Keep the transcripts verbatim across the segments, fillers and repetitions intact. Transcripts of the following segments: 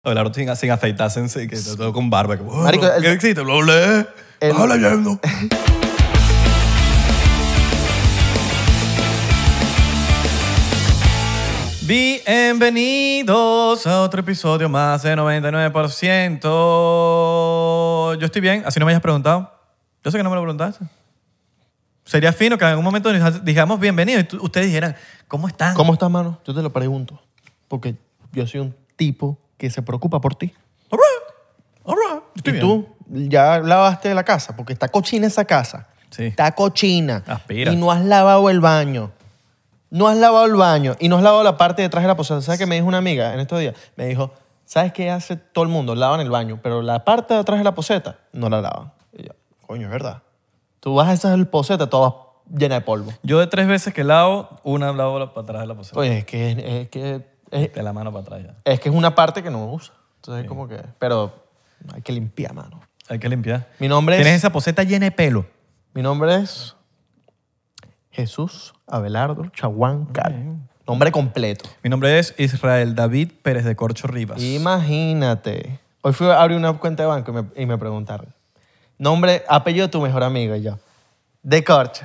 Hablar sin, sin afeitarse, en sí, que todo con barba. Que, oh, Marico, el- ¿qué existe? Lo lees. el- Estás leyendo. Bienvenidos a otro episodio más de noventa y nueve por ciento. Yo estoy bien, así no me hayas preguntado. Yo sé que no me lo preguntaste. Sería fino que en algún momento nos digamos bienvenidos y tú- ustedes dijeran, ¿cómo están? ¿Cómo estás, mano? Yo te lo pregunto. Porque yo soy un tipo que se preocupa por ti. All right, all right. Yo estoy ¿Y bien. tú ya lavaste la casa? Porque está cochina esa casa. Sí. Está cochina. Aspira. Y no has lavado el baño. No has lavado el baño. Y no has lavado la parte de atrás de la poseta. ¿Sabes qué me dijo una amiga en estos días? Me dijo, ¿sabes qué hace todo el mundo? Lavan el baño, pero la parte de atrás de la poseta no la lavan. Y yo, coño, es verdad. Tú vas a esa poseta toda llena de polvo. Yo de tres veces que lavo, una lavo la- para atrás de la poseta. Oye, es que es, que, es, De la mano para atrás ya. es que es una parte que no usa. Entonces, como que... Pero hay que limpiar, mano. Hay que limpiar. Mi nombre Tienes es... esa poseta llena de pelo. Mi nombre es Jesús Abelardo Chaguán Cal. Nombre completo. Mi nombre es Israel David Pérez de Corcho Rivas. Imagínate. Hoy fui a abrir una cuenta de banco y me, y me preguntaron. Nombre, apellido de tu mejor amigo. Y yo, de Corcho.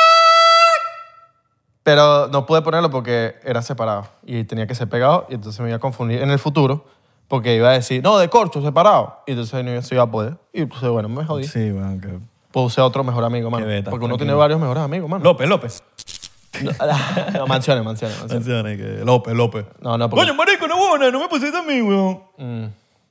Pero no pude ponerlo porque era separado y tenía que ser pegado y entonces me iba a confundir en el futuro porque iba a decir, no, de Corcho, separado. Y entonces no se iba a poder. Y entonces, bueno, me jodí. Sí, bueno, que... Puse a otro mejor amigo, mano. Qué beta, Porque uno tranquilo. tiene varios mejores amigos, mano. López, López. No, no, mansiones, mansiones, mansiones. Menciones que López, López. No, no, porque... Coño, marico, no buena, no me pusiste a mí, weón. Mm.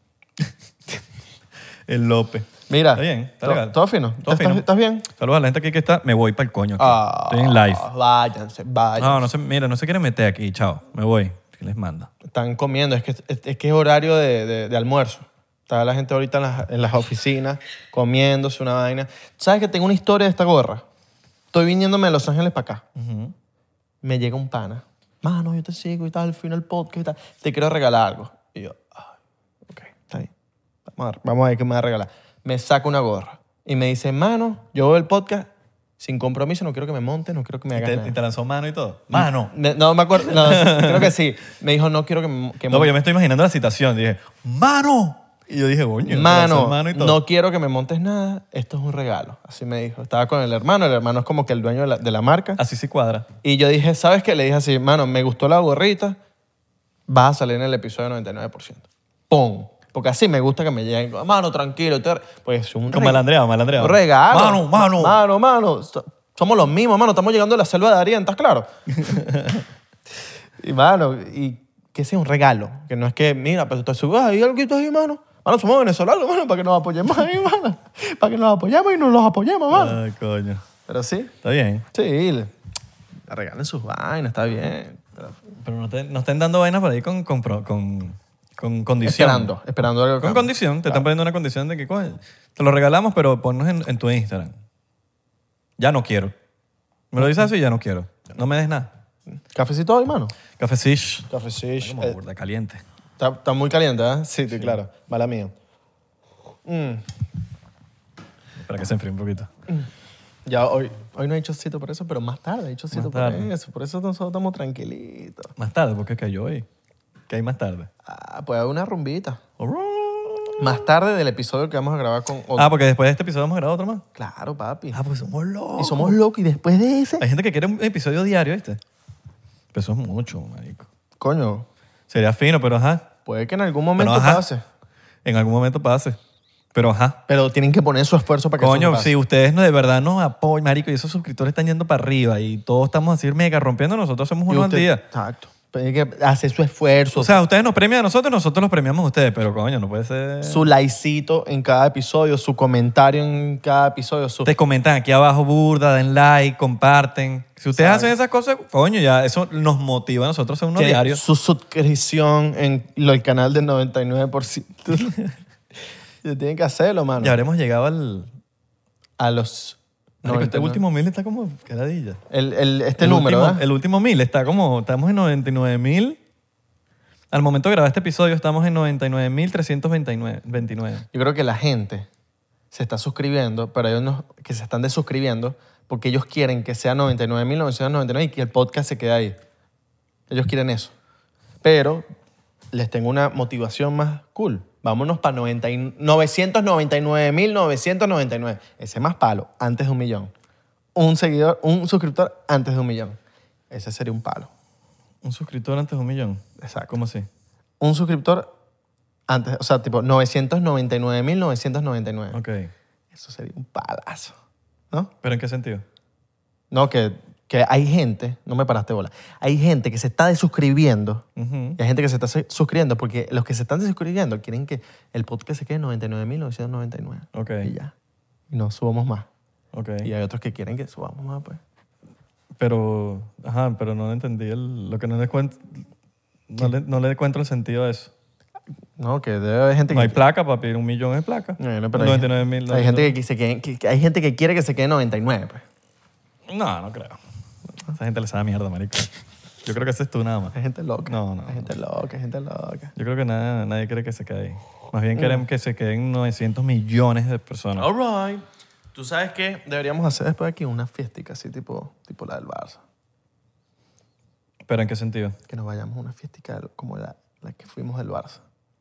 El López. Mira. Está bien, está ¿todo- legal. ¿Todo fino? Todo ¿Estás, fino. ¿Estás bien? Saludos a la gente aquí que está. Me voy para el coño aquí. Ah, Estoy en live. Váyanse, váyanse. No, no se, mira, no se quieren meter aquí. Chao, me voy. ¿Qué les manda? Están comiendo, es que es, es que es horario de, de- de almuerzo. Está la gente ahorita en las, en las oficinas comiéndose una vaina. ¿Sabes que tengo una historia de esta gorra? Estoy viniéndome de Los Ángeles para acá. Me llega un pana. Mano, yo te sigo y tal, al final podcast y tal. Te quiero regalar algo. Y yo, ay, ok, está bien. Vamos a ver, vamos a ver qué me va a regalar. Me saca una gorra y me dice, mano, yo veo el podcast sin compromiso, no quiero que me montes, no quiero que me ¿Y hagas te, nada. y te lanzó mano y todo? Mano. Me- no me acuerdo, no, creo que sí. Me dijo, no quiero que me, que No, porque yo me estoy imaginando la citación. Dije, ¡mano! Y yo dije, coño. te lanzó Mano, mano y todo. no quiero que me montes nada, esto es un regalo. Así me dijo. Estaba con el hermano, el hermano es como que el dueño de la, de la marca. Así sí cuadra. Y yo dije, ¿sabes qué? Le dije así, mano, me gustó la gorrita, vas a salir en el episodio noventa y nueve por ciento. ¡Pum! Porque así me gusta que me lleguen, mano, tranquilo. te- Pues es un Con reg- malandreado, malandreado. un regalo. Mano, mano. Mano, mano. So- Somos los mismos, mano. Estamos llegando a la selva de Arién, ¿estás claro? Y, mano, y que sea un regalo. Que no es que, mira, pues te subes ahí algo ahí, mano. Mano, somos venezolanos, mano, para que nos apoyemos ahí, mano. Para que nos apoyemos y nos los apoyemos, mano. Ay, coño. Pero sí, Está bien. sí. Le le regalen sus vainas, está bien. Pero- Pero no, te, no estén dando vainas por ahí con, con, pro- con, con condición. Esperando, esperando algo. que Con cambie. condición. Te están poniendo una condición de que, coño, te lo regalamos, pero ponnos en, en tu Instagram. Ya no quiero. Me lo dices así, ya no quiero. No me des nada. ¿Cafecito hoy, mano? Café Sish. Cafecito. Como burda caliente. Está, está muy caliente, ¿eh? Sí, sí, claro. Mala mía. Mm. Para que se enfríe un poquito. Ya hoy, hoy no he hecho cito por eso, pero más tarde he hecho cito Más por tarde. eso. Por eso nosotros estamos tranquilitos. Más tarde, porque cayó hoy. ¿Qué hay más tarde? Ah, puede haber una rumbita. Alright. Más tarde del episodio que vamos a grabar con otro. Ah, porque después de este episodio vamos a grabar otro más. Claro, papi. Ah, pues somos locos. Y somos locos y después de ese... Hay gente que quiere un episodio diario, ¿viste? Pero eso es mucho, marico. Coño, Sería fino, pero ajá. puede que en algún momento Pero ajá. pase. En algún momento pase. Pero ajá. Pero tienen que poner su esfuerzo para que Coño, eso pase. si ustedes no, de verdad nos apoyan, marico, y esos suscriptores están yendo para arriba y todos estamos así mega rompiendo, nosotros hacemos Y uno al usted- día. Exacto. Tienen que hacer su esfuerzo. O sea, ustedes nos premian a nosotros, nosotros los premiamos a ustedes, pero coño, no puede ser... su likecito en cada episodio, su comentario en cada episodio. Su... Ustedes comentan aquí abajo burda, den like, comparten. Si ustedes Exacto. hacen esas cosas, coño, ya eso nos motiva a nosotros a hacer uno Tiene diario. su suscripción en lo- el canal del noventa y nueve por ciento. Y tienen que hacerlo, mano. Ya habremos llegado al... A los... Marico, este noventa y nueve. último mil está como quedadilla. El, el- este el número, último, ¿verdad? El último mil está como... Estamos en noventa y nueve mil. Al momento de grabar este episodio estamos en noventa y nueve mil trescientos veintinueve. Yo creo que la gente se está suscribiendo, pero hay unos que se están desuscribiendo porque ellos quieren que sea noventa y nueve mil novecientos noventa y nueve y que el podcast se quede ahí. Ellos quieren eso. Pero les tengo una motivación más cool. Vámonos para novecientos noventa y nueve mil novecientos noventa y nueve. Ese más palo, antes de un millón. Un seguidor, un suscriptor antes de un millón. Ese sería un palo. Un suscriptor antes de un millón. Exacto. ¿Cómo así? Un suscriptor antes, o sea, tipo novecientos noventa y nueve mil novecientos noventa y nueve. Ok. Eso sería un palazo, ¿no? ¿Pero en qué sentido? No, que, que hay gente, no me paraste bola, hay gente que se está desuscribiendo. Ujú. Y hay gente que se está su- suscribiendo porque los que se están desuscribiendo quieren que el podcast se quede en noventa y nueve mil novecientos noventa y nueve. Ok. Y ya. Y no subamos más. Ok. Y hay otros que quieren que subamos más, pues. Pero, ajá, pero no entendí el, lo que no le cuento. No le, no le encuentro el sentido a eso. No, que debe haber gente No que... hay placa, papi. Un millón es placa. Bueno, pero hay- noventa y nueve mil. hay, gente que, se quede- que- que hay gente que quiere que se quede en noventa y nueve, pues. No, no creo. A esa gente le sabe mierda, marico. Yo creo que ese es tú nada más. Hay gente loca. No, no. Hay gente loca, hay gente loca. Yo creo que nada, nadie quiere que se quede ahí. Más Mm. bien queremos que se queden novecientos millones de personas. All right. ¿Tú sabes qué deberíamos hacer después de aquí? Una fiestica así tipo, tipo la del Barça. ¿Pero en qué sentido? Que nos vayamos a una fiestica como la, la que fuimos del Barça.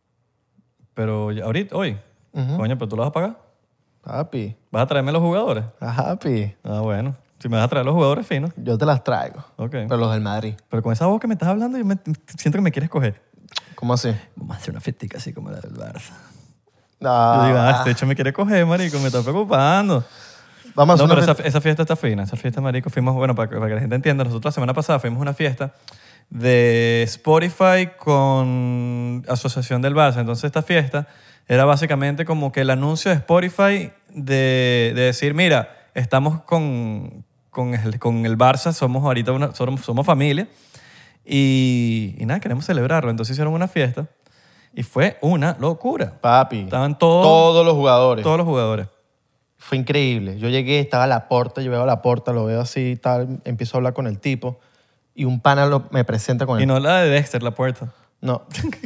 Pero ya- ahorita, hoy. Ujú. Coño, pero tú lo vas a pagar. Papi, ¿Vas a traerme los jugadores? papi, Ah, bueno. Si me vas a traer los jugadores finos. yo te las traigo. Ok. Pero los del Madrid. Pero con esa voz que me estás hablando, yo me, siento que me quieres coger. ¿Cómo así? Vamos a hacer una fiestica así como la del Barça. No. Yo digo, ah, este hecho me quiere coger, marico, me está preocupando. Vamos a No, hacer pero una esa, esa fiesta está fina. Esa fiesta, marico, fuimos, bueno, para, que- para que la gente entienda, nosotros la semana pasada fuimos a una fiesta de Spotify con Asociación del Barça. Entonces esta fiesta era básicamente como que el anuncio de Spotify de, de decir, mira, estamos con, con, el, con el Barça, somos ahorita una, somos, somos familia y, y nada, queremos celebrarlo. Entonces hicieron una fiesta y fue una locura. Papi. Estaban todos, Todos los jugadores. todos los jugadores. Fue increíble. Yo llegué, estaba a la porta, yo veo a la porta, lo veo así y tal, empiezo a hablar con el tipo y un pana lo- me presenta con Y él. no la de Dexter, la puerta. No.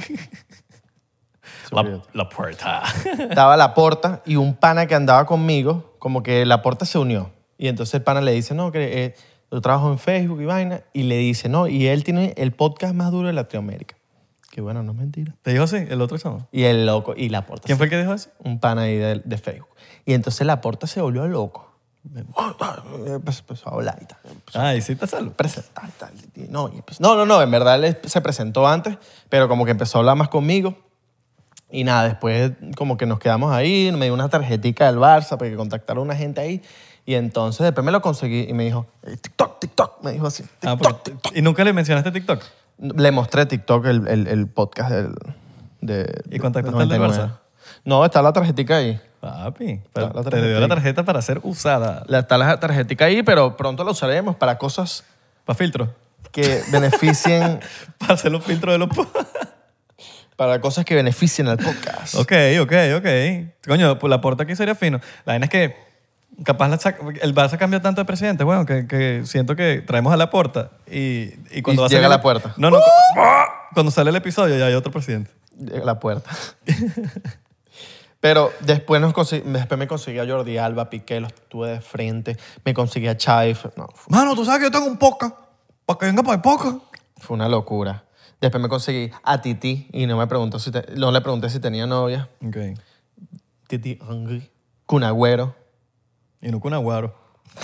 La, la puerta. Estaba la porta y un pana que andaba conmigo, como que la porta se unió. Y entonces el pana le dice, no, que eh, yo trabajo en Facebook y vaina. Y le dice, no, y él tiene el podcast más duro de Latinoamérica. Que bueno, no es mentira. ¿Te dijo así? El otro chamo. Y el loco, y la porta. ¿Quién se- fue el que dijo eso? Un pana ahí de, de Facebook. Y entonces la porta se volvió loco. Empezó a hablar y tal. Empezó Ah, y sí te salvo. a presentar y tal. Y no, y pues- no, no, no, en verdad él se presentó antes, pero como que empezó a hablar más conmigo. Y nada, después como que nos quedamos ahí, me dio una tarjetica del Barça para que contactara a una gente ahí. Y entonces después me lo conseguí y me dijo, eh, TikTok, TikTok, me dijo así, Ah, TikTok, pero- TikTok. ¿Y nunca le mencionaste TikTok? Le mostré TikTok, el, el, el podcast del, de... ¿Y contactaste de al del noventa y nueve. Barça? No, está la tarjetica ahí. Papi, pero la te tarjeta dio la ahí. tarjeta para ser usada. La- Está la tarjetica ahí, pero pronto la usaremos para cosas Para filtro. que beneficien, Para hacer los filtros de los... po- para cosas que beneficien al podcast. ok, ok, ok. Coño, pues la porta aquí sería fino. La vaina es que capaz la saca- el Barça cambia tanto de presidente, bueno, que, que siento que traemos a la porta y, y cuando Y va a llega salir la puerta. No, no. Cuando sale el episodio ya hay otro presidente. Llega a la puerta. Pero después, nos consegui- después me conseguí a Jordi Alba, Piqué, los tuve de frente. Me conseguí a Chai. fue- No, fue, Mano, tú sabes que yo tengo un podcast. Para que venga para el podcast. fue una locura. Después me conseguí a Titi y no me preguntó si te- no le pregunté si tenía novia. Ok. Titi Angry. Kun Agüero. Y no con aguaro.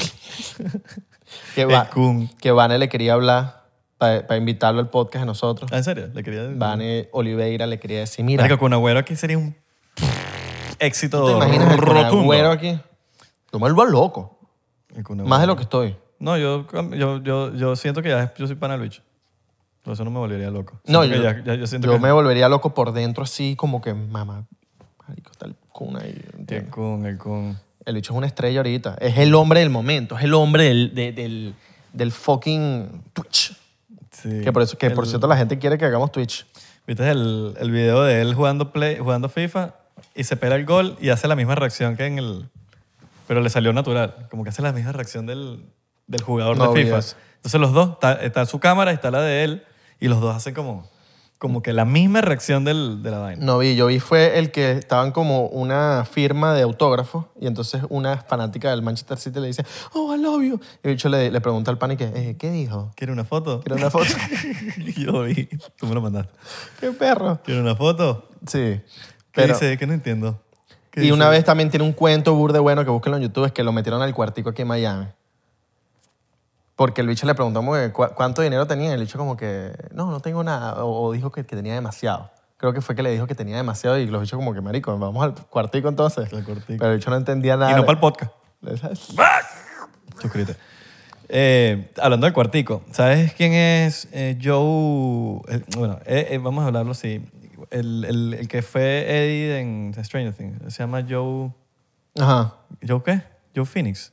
Que, El va, Kun. que Vane le quería hablar para invitarlo al podcast de nosotros. Ah, ¿en serio? Le quería... Vane Oliveira le quería decir, mira, Marico, con Agüero aquí sería un éxito ¿te imaginas el Kun rotundo. Agüero aquí? Yo me vuelvo loco. El Kun Más Agüero. de lo que estoy. No, yo, yo, yo, yo siento que ya yo soy pana del bicho. Por eso no me volvería loco. No, Siento yo, que ya- ya- yo siento yo que me volvería loco por dentro así como que, mamá, marico, está el Kun ahí. el ¿entiendes? Kun, el Kun. El bicho es una estrella ahorita. Es el hombre del momento. Es el hombre del, de- del, del fucking Twitch. Sí. Que por, eso, que por El- cierto la gente quiere que hagamos Twitch. ¿Viste el, el video de él jugando, play, jugando FIFA y se pega el gol y hace la misma reacción que en el... Pero le salió natural. Como que hace la misma reacción del, del jugador No de vi FIFA. eso. Entonces los dos, está, está su cámara y está la de él y los dos hacen como... como que la misma reacción del, de la vaina. No vi, yo vi fue el que estaban como una firma de autógrafos y entonces una fanática del Manchester City le dice, oh, I love you. Y el bicho le, le pregunta al pan y que, eh, ¿qué dijo? ¿Quiere una foto? ¿Quiere una foto? Yo lo vi. Tú me lo mandaste. ¡Qué perro! ¿Quiere una foto? Sí. ¿Qué Pero, dice? Que no entiendo. ¿Qué y dice? una vez también tiene un cuento burde bueno que búsquenlo en YouTube, es que lo metieron al cuartico aquí en Miami. Porque el bicho le preguntó como que, "¿Cu- ¿cuánto dinero tenía?" Y el bicho como que, no, no tengo nada. O, o dijo que, que tenía demasiado. Creo que fue que le dijo que tenía demasiado y los bichos como que, marico, vamos al cuartico entonces. Al cuartico. Pero el bicho no entendía nada. Y no para el podcast. el... Suscríbete. Eh, hablando del cuartico, ¿sabes quién es eh, Joe? el- bueno, eh, eh, vamos a hablarlo así. El, el, el que fue Eddie en Stranger Things. Se llama Joe... Ajá. ¿Joe qué? Joe Phoenix.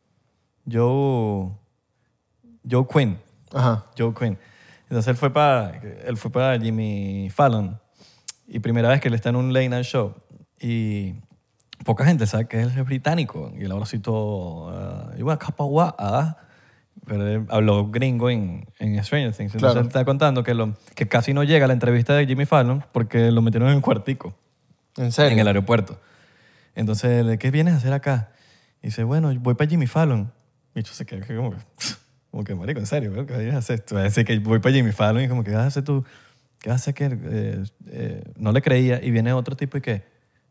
Joe... Joe Quinn. Ajá. Joe Quinn. Entonces él fue para él fue para Jimmy Fallon y primera vez que él está en un late night show y poca gente sabe que él es británico y él ahora sí todo uh, iba a Capawa, ah, pero él habló gringo en, en Stranger Things. Entonces Claro. él está contando que, lo, que casi no llega a la entrevista de Jimmy Fallon porque lo metieron en un cuartico ¿En serio? en el aeropuerto. Entonces, él, ¿qué vienes a hacer acá? Y dice, bueno, voy para Jimmy Fallon. Y yo se queda como que, como que, marico, en serio, ¿qué vienes a hacer? Tú vas a decir que voy para Jimmy Fallon y como que, ¿qué vas a hacer tú? ¿Qué vas a hacer que eh, eh, no le creía? Y viene otro tipo y que,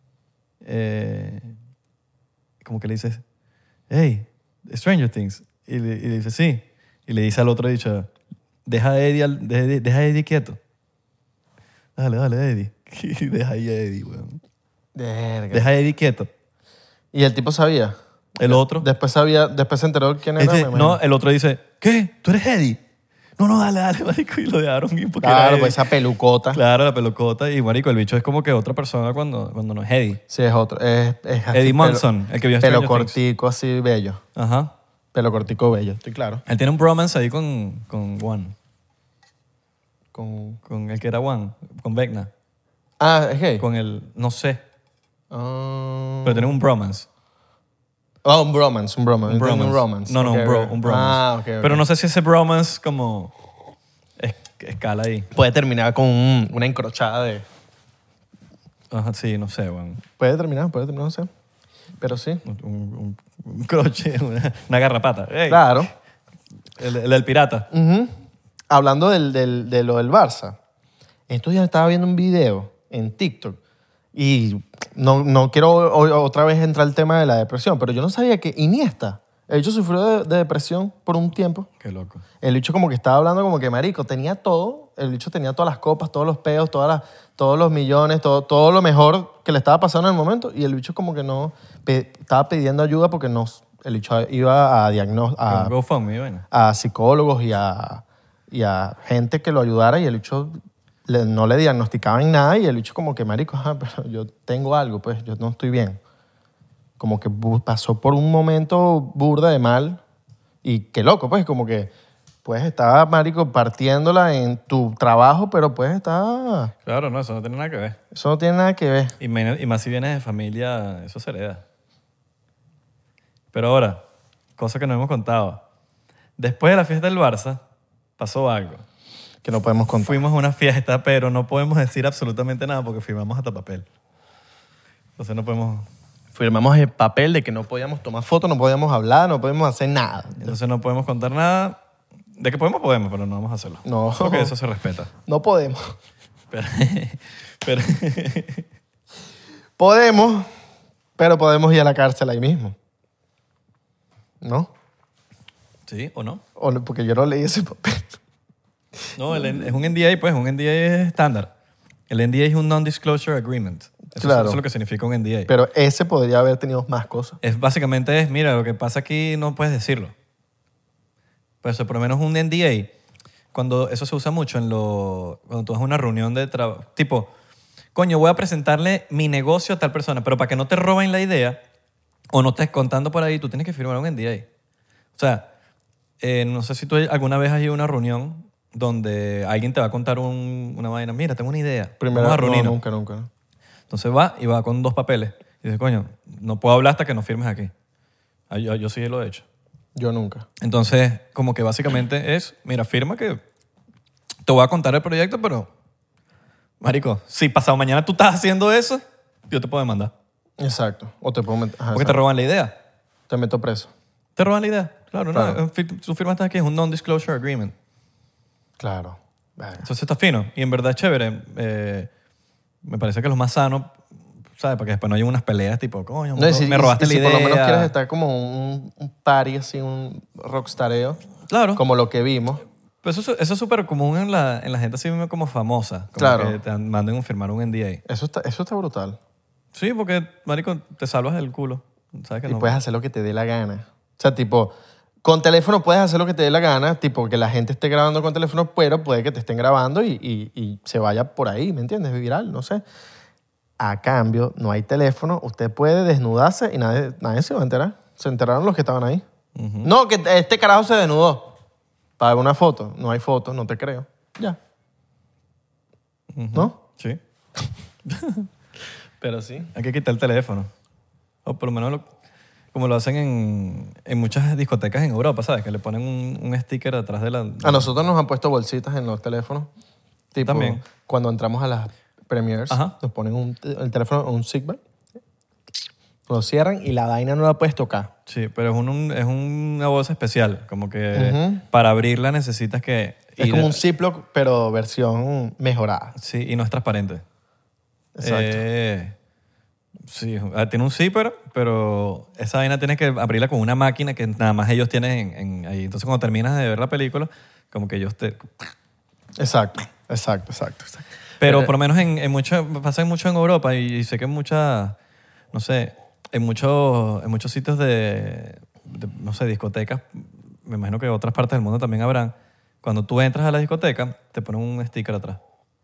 eh, como que le dices, hey, Stranger Things. Y le, y le dice, sí. Y le dice al otro dicho, deja a Eddie, al- deja, deja a Eddie quieto. Dale, dale, Eddie. Y deja ahí a Eddie, weón. Verga. Deja a Eddie quieto. ¿Y el tipo sabía? El otro. Después sabía, después se enteró quién era. Este- me imagino. no, el otro dice, ¿qué? ¿Tú eres Eddie? No, no, dale, dale, marico. Y lo dejaron ir porque era Claro, Eddie. pues esa pelucota. Claro, la pelocota. Y, marico, el bicho es como que otra persona cuando, cuando no es Eddie. Sí, es otro. Es, es así, Eddie pelo- Munson, el que vio Pelo Stranger Things. cortico, así bello. Ajá. Pelo cortico bello, estoy claro. Él tiene un bromance ahí con, con Juan. Con... Con el que era Juan. Con Vecna. Ah, es gay. Con el, no sé. Ah. Pero tiene un bromance. Oh, un bromance, un bromance. Un Entiendo, bromance. Un romance. No, no, Ok, un, bro, ok. un bromance. Ah, ok, ok. Pero no sé si ese bromance como es- escala ahí. Puede terminar con un- una encrochada de... Ajá, sí, no sé, Juan. Puede terminar, puede terminar, no sé. Pero sí. Un, un- un croche, una, una garrapata. Ey, Claro. El, el del pirata. Ujú. Hablando del, del- de lo del Barça, estos días estaba viendo un video en TikTok y no, no quiero o- otra vez entrar al tema de la depresión, pero yo no sabía que Iniesta, el bicho sufrió de, de depresión por un tiempo. Qué loco. El bicho como que estaba hablando como que, marico, tenía todo, el bicho tenía todas las copas, todos los peos, todas las, todos los millones, todo, todo lo mejor que le estaba pasando en el momento y el bicho como que no, pe- estaba pidiendo ayuda porque no, el bicho iba a diagnosticar, Con GoFundMe, bueno. a psicólogos y a, y a gente que lo ayudara y el bicho le- no le diagnosticaban nada y el bicho como que, marico, ajá, pero yo tengo algo, pues yo no estoy bien. Como que bu- pasó por un momento burda de mal y qué loco, pues como que puedes estar, marico, partiéndola en tu trabajo, pero puedes estar... Claro, no, eso no tiene nada que ver. Eso no tiene nada que ver. Y, menos- y más si vienes de familia, eso se hereda. Pero ahora, cosa que no hemos contado. Después de la fiesta del Barça, pasó algo. Que no podemos contar. Fuimos a una fiesta, pero no podemos decir absolutamente nada porque firmamos hasta papel. Entonces no podemos, Firmamos el papel de que no podíamos tomar fotos, no podíamos hablar, no podíamos hacer nada. entonces no podemos contar nada. De que podemos, podemos, pero no vamos a hacerlo. No. Porque eso se respeta. No podemos. Pero, pero Podemos, pero podemos ir a la cárcel ahí mismo. ¿No? ¿sí o no? O no, porque yo no leí ese papel. No, el N- es un N D A, pues, un N D A es estándar. El N D A es un Non-Disclosure Agreement. Eso, Claro. eso es lo que significa un N D A. Pero ese podría haber tenido más cosas. Es básicamente es, mira, lo que pasa aquí no puedes decirlo. Pues por lo menos un N D A, cuando eso se usa mucho en lo, cuando tú vas a una reunión de trabajo, tipo, coño, voy a presentarle mi negocio a tal persona, pero para que no te roben la idea o no estés contando por ahí, tú tienes que firmar un N D A. O sea, eh, no sé si tú alguna vez has ido a una reunión donde alguien te va a contar un- una vaina, mira, tengo una idea, Primero, vamos a no, reunirnos. nunca, nunca. ¿no? Entonces va y va con dos papeles. Y dice, coño, no puedo hablar hasta que no firmes aquí. Ah, Yo, yo sí lo he hecho. Yo nunca. Entonces, como que básicamente es, mira, firma que te voy a contar el proyecto, pero Marico, si pasado mañana tú estás haciendo eso, yo te puedo demandar. Exacto. O te puedo meter... ajá, Porque te exacto. roban la idea. Te meto preso. Te roban la idea. Claro, Claro. no. Tú firmaste aquí, es un non-disclosure agreement. Claro. Verga. Entonces está fino. Y en verdad es chévere. Eh, me parece que es lo más sano, ¿sabes? Para que después no haya unas peleas tipo, coño, No, y si, me robaste y si la idea. por lo menos quieres estar como un, un party, así, un rockstareo, Claro. como lo que vimos. Pero eso, eso es súper común en la, en la gente así mismo como famosa. Como Claro. que te manden a firmar un N D A. Eso está, eso está brutal. Sí, porque, marico, te salvas del culo. ¿Sabes que Y no? puedes hacer lo que te dé la gana. O sea, tipo, con teléfono puedes hacer lo que te dé la gana, tipo que la gente esté grabando con teléfono, pero puede que te estén grabando y, y- y se vaya por ahí, ¿me entiendes? Viral, no sé. A cambio, no hay teléfono, usted puede desnudarse y nadie, nadie se va a enterar. Se enteraron los que estaban ahí. No, que este carajo se desnudó. Para una foto. No hay foto, no te creo. Ya. ¿No? Sí. Pero sí. Hay que quitar el teléfono. O por lo menos lo- como lo hacen en, en muchas discotecas en Europa, ¿sabes? Que le ponen un, un sticker atrás de la... A nosotros nos han puesto bolsitas en los teléfonos. Tipo, También. cuando entramos a las premieres, Ajá. nos ponen un, el teléfono, un Sigma, lo cierran y la vaina no la puedes tocar. Sí, pero es, un, un- es una bolsa especial. Como que Ujú. para abrirla necesitas que... Es ir- como un Ziploc, pero versión mejorada. Sí, y no es transparente. Exacto. Eh, sí, ah, tiene un zipper, pero esa vaina tienes que abrirla con una máquina que nada más ellos tienen en, en ahí. Entonces, cuando terminas de ver la película, como que ellos te... Exacto, exacto, exacto. exacto. Pero Eh, por lo menos en, en mucho, pasa mucho en Europa y, sé que en muchas, no sé, en muchos, en muchos sitios de, de, no sé, discotecas, me imagino que en otras partes del mundo también habrán, cuando tú entras a la discoteca, te ponen un sticker atrás.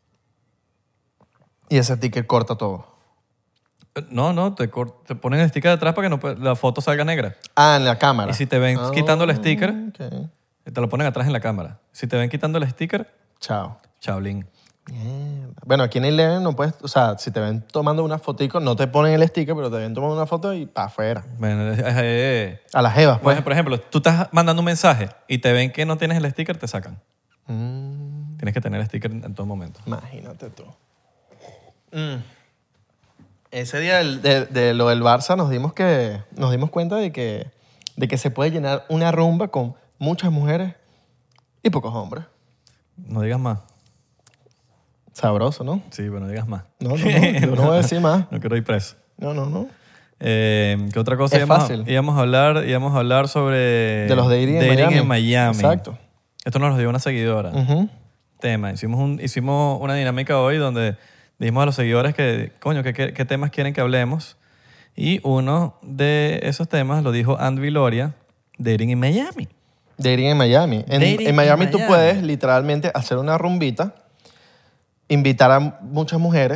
Y ese ticket corta todo. Eh, No, no, te, cor- te ponen el sticker atrás para que no, pu- la foto salga negra. Ah, en la cámara. Y si te ven Ah, quitando el sticker, ok. te lo ponen atrás en la cámara. Si te ven quitando el sticker, Chao. chablín. Mierda. Bueno, aquí en Eleven no puedes, o sea, si te ven tomando una fotico, no te ponen el sticker, pero te ven tomando una foto y para afuera. Bueno, eh, eh, A las jevas, pues. por ejemplo, tú estás mandando un mensaje y te ven que no tienes el sticker, te sacan. Mm, Tienes que tener el sticker en todo momento. imagínate tú. Mm. Ese día del- de, de lo del Barça nos dimos, que, nos dimos cuenta de que, de que se puede llenar una rumba con muchas mujeres y pocos hombres. No digas más. Sabroso, ¿no? Sí, pero no digas más. No, no, no, yo no voy a decir más. No quiero ir preso. No, no, no. Eh, ¿Qué otra cosa Es íbamos, fácil. A, íbamos a hablar? Íbamos a hablar sobre... De los dating en Miami. en Miami. Exacto. Esto nos lo dio una seguidora. Ujú. Tema. Hicimos, un, hicimos una dinámica hoy donde dijimos a los seguidores que, coño, ¿qué, qué, qué temas quieren que hablemos? Y uno de esos temas lo dijo Andy Viloria, Dating en Miami. Dating en Miami. En, Dating en Miami en tú Miami. puedes literalmente hacer una rumbita, invitar a muchas mujeres,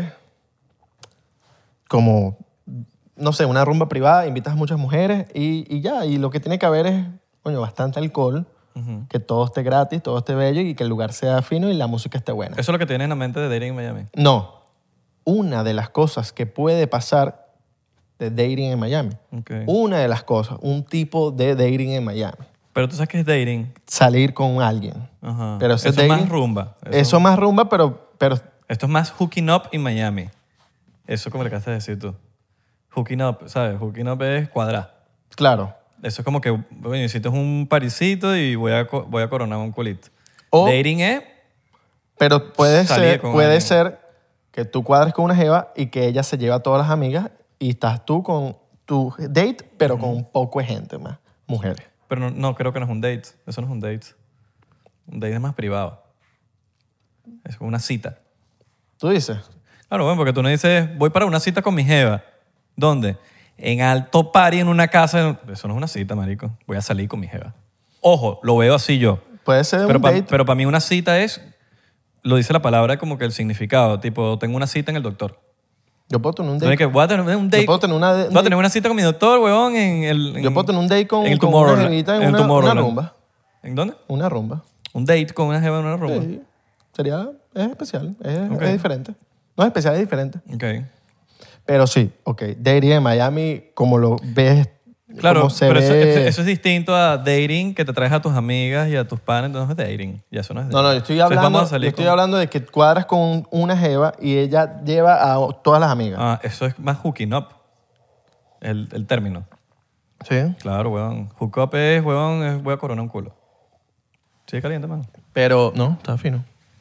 como, no sé, una rumba privada, invitas a muchas mujeres y, y ya. Y lo que tiene que haber es, coño, bastante alcohol, que todo esté gratis, todo esté bello y que el lugar sea fino y la música esté buena. Eso es lo que tienes en la mente de Dating en Miami. No. Una de las cosas que puede pasar de dating en Miami. Ok. Una de las cosas, un tipo de dating en Miami. Pero tú sabes que es dating. Salir con alguien. Ajá. Pero ese Eso es dating- más rumba. Eso, más rumba, pero, pero Esto es más hooking up en Miami. Eso como le acabas de decir tú. Hooking up, ¿sabes? Hooking up es cuadrar. claro. Eso es como que, bueno, hiciste un parisito y voy a, co- voy a coronar un culito. O- Dating es... Pero puede Salir ser, con puede alguien. ser que tú cuadres con una jeva y que ella se lleva a todas las amigas y estás tú con tu date, pero con un poco de gente más, mujeres. Pero no, no, creo que no es un date. Eso no es un date. Un date es más privado. Es una cita. ¿Tú dices? Claro, bueno, porque tú no dices, voy para una cita con mi jeva. ¿Dónde? En alto party en una casa. Eso no es una cita, marico. Voy a salir con mi jeva. Ojo, lo veo así yo. Puede ser Pero un para date. mí una cita es, lo dice la palabra como que el significado. Tipo, tengo una cita en el doctor. Yo puedo tener un Entonces, date. que voy a tener un date. Yo puedo tener una, un voy a date- tener una cita con mi doctor, huevón, en el... en- yo puedo tener un date con, en el con una Tomorrowland. jevita en el una, una Tomorrowland. rumba. ¿En dónde? Una rumba. Un date con una jeva en una rumba. Sí. Sería, es especial, es, Ok. es diferente. No es especial, es diferente. Ok. Pero sí, ok. Dating en Miami, como lo ves Claro, cómo se pero eso, ve. eso es distinto a dating que te traes a tus amigas y a tus panes, entonces no es dating. Ya eso no es dating. No, no, yo estoy Entonces hablando, vamos a salir yo estoy con- hablando de que cuadras con una jeva y ella lleva a todas las amigas. Ah, eso es más hooking up, el, el término. Sí. Claro, weón. Hook up es, weón, es voy a coronar un culo. Sí, caliente, man. Pero, no, está fino.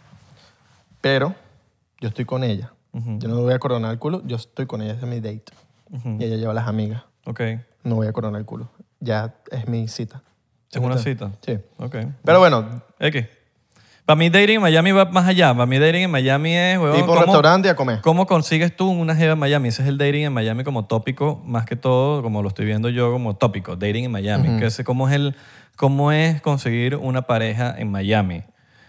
Pero yo estoy con ella. Yo no voy a coronar el culo, yo estoy con ella, ese es mi date. Y ella lleva a las amigas. Ok. No voy a coronar el culo. Ya es mi cita. ¿Es una cita? Sí. Ok. Pero bueno, X. Para mí dating en Miami va más allá. Para mí dating en Miami es, weón, tipo ¿cómo- restaurante y a comer. ¿Cómo consigues tú una jeva en Miami? Ese es el dating en Miami como tópico, más que todo, como lo estoy viendo yo como tópico, dating en Miami. Que es, ¿cómo, es el, ¿Cómo es conseguir una pareja en Miami?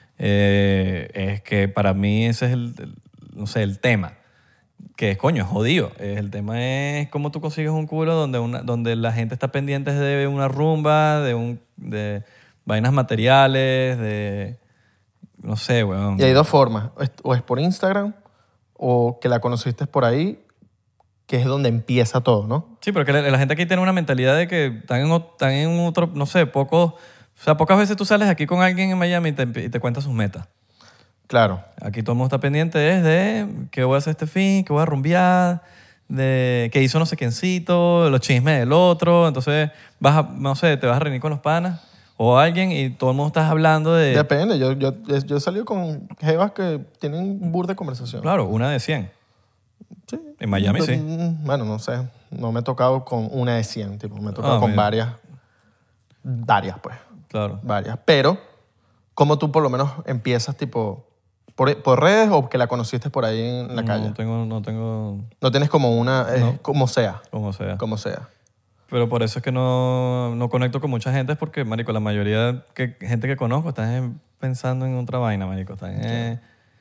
Eh, es que para mí ese es el, el- no sé, el tema. Que es, coño, es jodido. El tema es cómo tú consigues un culo donde, una, donde la gente está pendiente de una rumba, de, un, de vainas materiales, de... No sé, weón. Y hay dos formas. O es- O es por Instagram o que la conociste por ahí, que es donde empieza todo, ¿no? Sí, pero que la, la gente aquí tiene una mentalidad de que están en, o- están en otro, no sé, pocos... O sea, pocas veces tú sales aquí con alguien en Miami y te, y te cuenta sus metas. Claro. Aquí todo el mundo está pendiente es de qué voy a hacer este fin, qué voy a rumbear, de qué hizo no sé quiéncito, los chismes del otro. Entonces, vas a, no sé, te vas a reunir con los panas o alguien y todo el mundo está hablando de... Depende. Yo, yo, yo he salido con jevas que tienen un bur de conversación. Claro, una de cien. Sí. En Miami sí. Mm, Bueno, no sé. No me he tocado con una de cien, tipo. Me he tocado Ah, con mira. varias. Varias, pues. Claro. Varias. Pero, ¿cómo tú por lo menos empiezas, tipo, por, por redes o que la conociste por ahí en la calle? No tengo, no tengo No tienes como una... es No. como sea. como sea. Como sea. Pero por eso es que no, no conecto con mucha gente, es porque, marico, la mayoría que gente que conozco están eh, pensando en otra vaina, marico. Están, eh,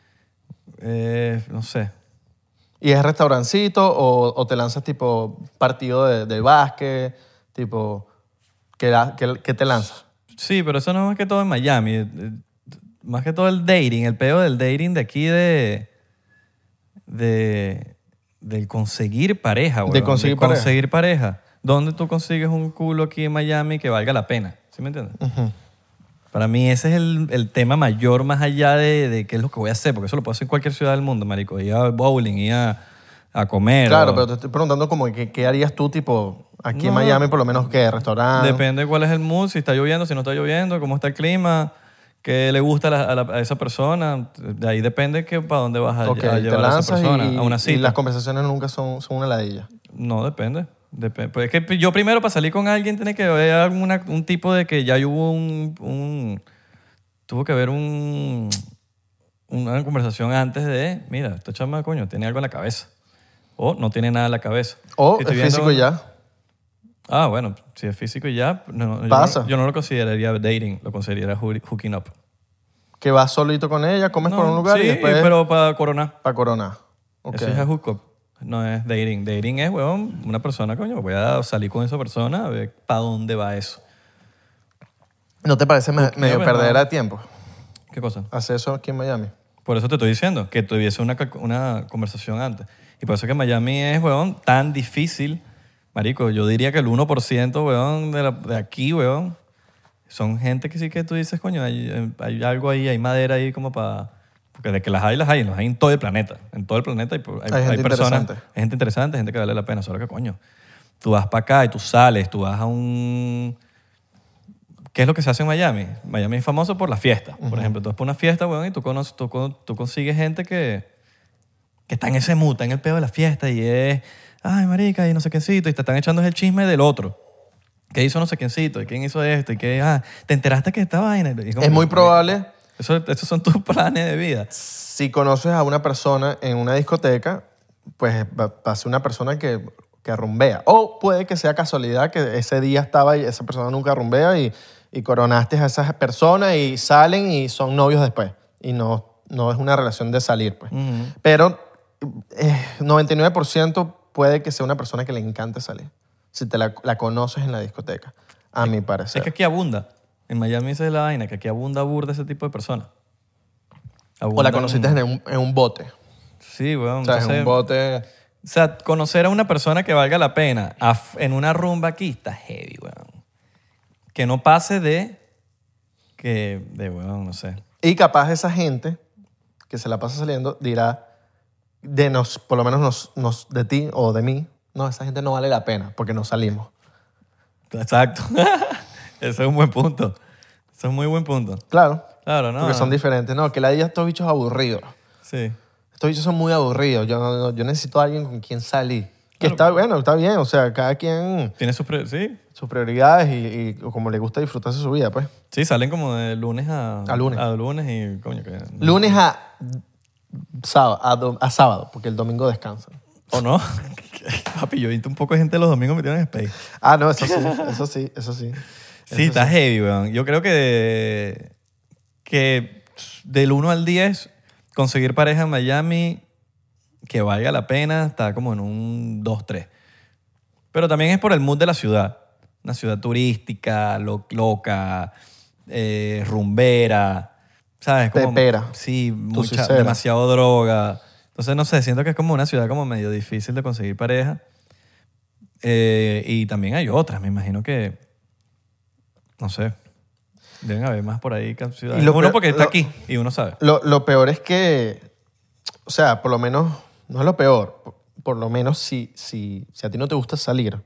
eh, no sé. ¿Y es restaurancito o, o te lanzas tipo partido de, de básquet? Tipo, ¿qué, da- qué- qué te lanzas? Sí, pero eso no es más que todo en Miami. Eh, eh, Más que todo el dating, el peo del dating de aquí de... de del conseguir pareja, De weón. conseguir pareja. conseguir pareja. ¿Dónde tú consigues un culo aquí en Miami que valga la pena? ¿Sí me entiendes? Para mí ese es el, el tema mayor más allá de, de qué es lo que voy a hacer, porque eso lo puedo hacer en cualquier ciudad del mundo, marico. Ir al bowling, ir a, a comer. Claro, o- pero te estoy preguntando como que qué harías tú, tipo, aquí en No. Miami por lo menos, ¿qué? ¿Restaurante? Depende de cuál es el mood, si está lloviendo, si no está lloviendo, cómo está el clima, qué le gusta a, la- a la- a esa persona. De ahí depende que para dónde vas a, Ok, a te llevar a esa lanzas persona, y, a una y cita. las conversaciones nunca son, son una ladilla. No, depende. Depende. Pues es que yo primero para salir con alguien tiene que haber alguna, un tipo de que ya hubo un, un- tuvo que haber un, una conversación antes de, mira, esta chama, coño, tiene algo en la cabeza. O no tiene nada en la cabeza. O Si es estoy viendo- físico y ya. Ah, bueno, si es físico y ya, no, yo Pasa. no- Yo, no lo consideraría dating, lo consideraría hoo- hooking up. Que vas solito con ella, comes No, por un lugar sí, y después pero para coronar. para coronar. Ok. Eso es hook up. No es dating. Dating es, weón, una persona, coño, voy a salir con esa persona a ver para dónde va eso. ¿No te parece me- medio no. perdedera de tiempo ¿Qué cosa? hacer eso aquí en Miami? Por eso te estoy diciendo que tuviese una, cal- una conversación antes. Y por eso que Miami es, weón, tan difícil. Marico, yo diría que el uno por ciento, weón, de, la- de aquí, weón, son gente que sí que tú dices, coño, hay, hay algo ahí, hay madera ahí como para... Porque de que las hay, las hay, las hay en todo el planeta. En todo el planeta hay, hay, Hay gente personas... interesante. Hay gente interesante, gente que vale la pena. Solo que, coño, tú vas para acá y tú sales, tú vas a un... ¿Qué es lo que se hace en Miami? Miami es famoso por la fiesta. Por ejemplo, tú vas por una fiesta, weón, y tú, conoces, tú, con- tú consigues gente que, que está en ese mood, está en el pedo de la fiesta y es, ay, marica, y no sé quiéncito, y te están echando el chisme del otro. ¿Qué hizo no sé quiéncito? ¿Y quién hizo esto? ¿Y qué? Ah, ¿te enteraste que esta vaina? Y como Es muy que, probable, Eso, esos son tus planes de vida. si conoces a una persona en una discoteca, pues va va a ser una persona que, que rumbea. O puede que sea casualidad que ese día estaba y esa persona nunca rumbea y, y coronaste a esas personas y salen y son novios después. Y no, no es una relación de salir, pues. Ujú. Pero eh, noventa y nueve por ciento puede que sea una persona que le encante salir. Si te la, la conoces en la discoteca, a mi parecer. Es que aquí abunda. En Miami esa es la vaina, que aquí abunda burda ese tipo de personas. O la Abundan- conociste en un, en un bote. Sí, weón. O sea, en entonces- un bote... O sea, conocer a una persona que valga la pena a f- en una rumba aquí está heavy, weón. Que no pase de... Que... De, weón, no sé. Y capaz esa gente que se la pasa saliendo dirá de nos, por lo menos nos, nos, de ti o de mí, no, esa gente no vale la pena porque no salimos. Exacto. Ese es un buen punto. Ese es un muy buen punto. Claro. Claro, ¿no? Porque son diferentes. No, que la idea estos bichos aburridos. Sí. Estos bichos son muy aburridos. Yo, no- no- yo necesito a alguien con quien salir. Que está bueno, está bien. O sea, cada quien Tiene sus... pri- Sí. sus prioridades y, y como le gusta disfrutarse su vida, pues. Sí, salen como de lunes a... A lunes. A lunes y... Coño, que... Lunes a sábado, a, do- a sábado, porque el domingo descansan. ¿O no? Papi, yo he visto un poco de gente los domingos metida en Space. Ah, no, eso sí, eso sí, eso sí. Sí, está heavy, weón. Yo creo que, que del uno al diez, conseguir pareja en Miami que valga la pena está como en un dos tres. Pero también es por el mood de la ciudad. Una ciudad turística, lo- loca, eh, rumbera, ¿sabes? Como, Pepera. Sí, mucha, Tucicera. demasiado droga. Entonces, no sé, siento que es como una ciudad como medio difícil de conseguir pareja. Eh, y también hay otras, me imagino que, no sé, deben haber más por ahí que ciudades. Y lo Uno peor- porque está lo- aquí y uno sabe. Lo, lo peor es que, o sea, por lo menos, no es lo peor, por, por lo menos si, si, si a ti no te gusta salir,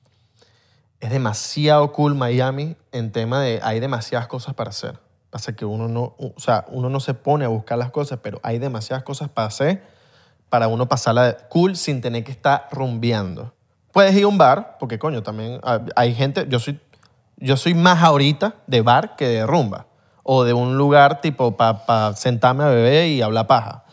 es demasiado cool Miami en tema de hay demasiadas cosas para hacer. Pasa que uno no, o sea, uno no se pone a buscar las cosas, pero hay demasiadas cosas para hacer para uno pasarla cool sin tener que estar rumbeando. Puedes ir a un bar, porque coño, también hay- hay gente, yo soy, yo soy más ahorita de bar que de rumba. O de un lugar tipo para sentarme a beber y hablar paja.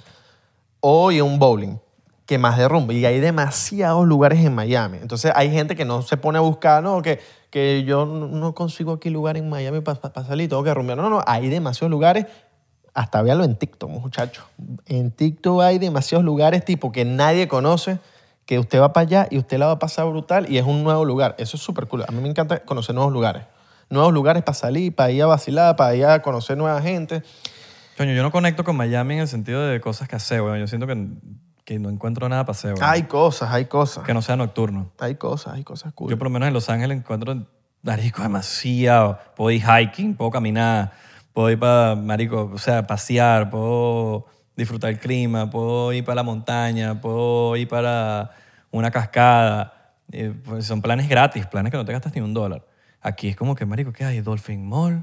O ir a un bowling, que más de rumba. Y hay demasiados lugares en Miami. Entonces hay gente que no se pone a buscar, no, que, que yo no no consigo aquí lugar en Miami para salir, tengo que rumbear. No, no, no, hay demasiados lugares. Hasta véanlo en TikTok, muchachos. En TikTok hay demasiados lugares tipo que nadie conoce, que usted va para allá y usted la va a pasar brutal y es un nuevo lugar. Eso es súper cool. A mí me encanta conocer nuevos lugares. Nuevos lugares para salir, para ir a vacilar, para ir a conocer nueva gente. Coño, yo no conecto con Miami en el sentido de cosas que hacer, weón. Yo siento que, que no encuentro nada para hacer, weón. Hay cosas, hay cosas. Que no sea nocturno. Hay cosas, hay cosas cool. Yo por lo menos en Los Ángeles encuentro, marico, demasiado. Puedo ir hiking, puedo caminar, puedo ir para, marico, o sea, pasear, puedo disfrutar el clima, puedo ir para la montaña, puedo ir para una cascada. Eh, pues son planes gratis, planes que no te gastas ni un dólar. Aquí es como que, marico, ¿qué hay? Dolphin Mall,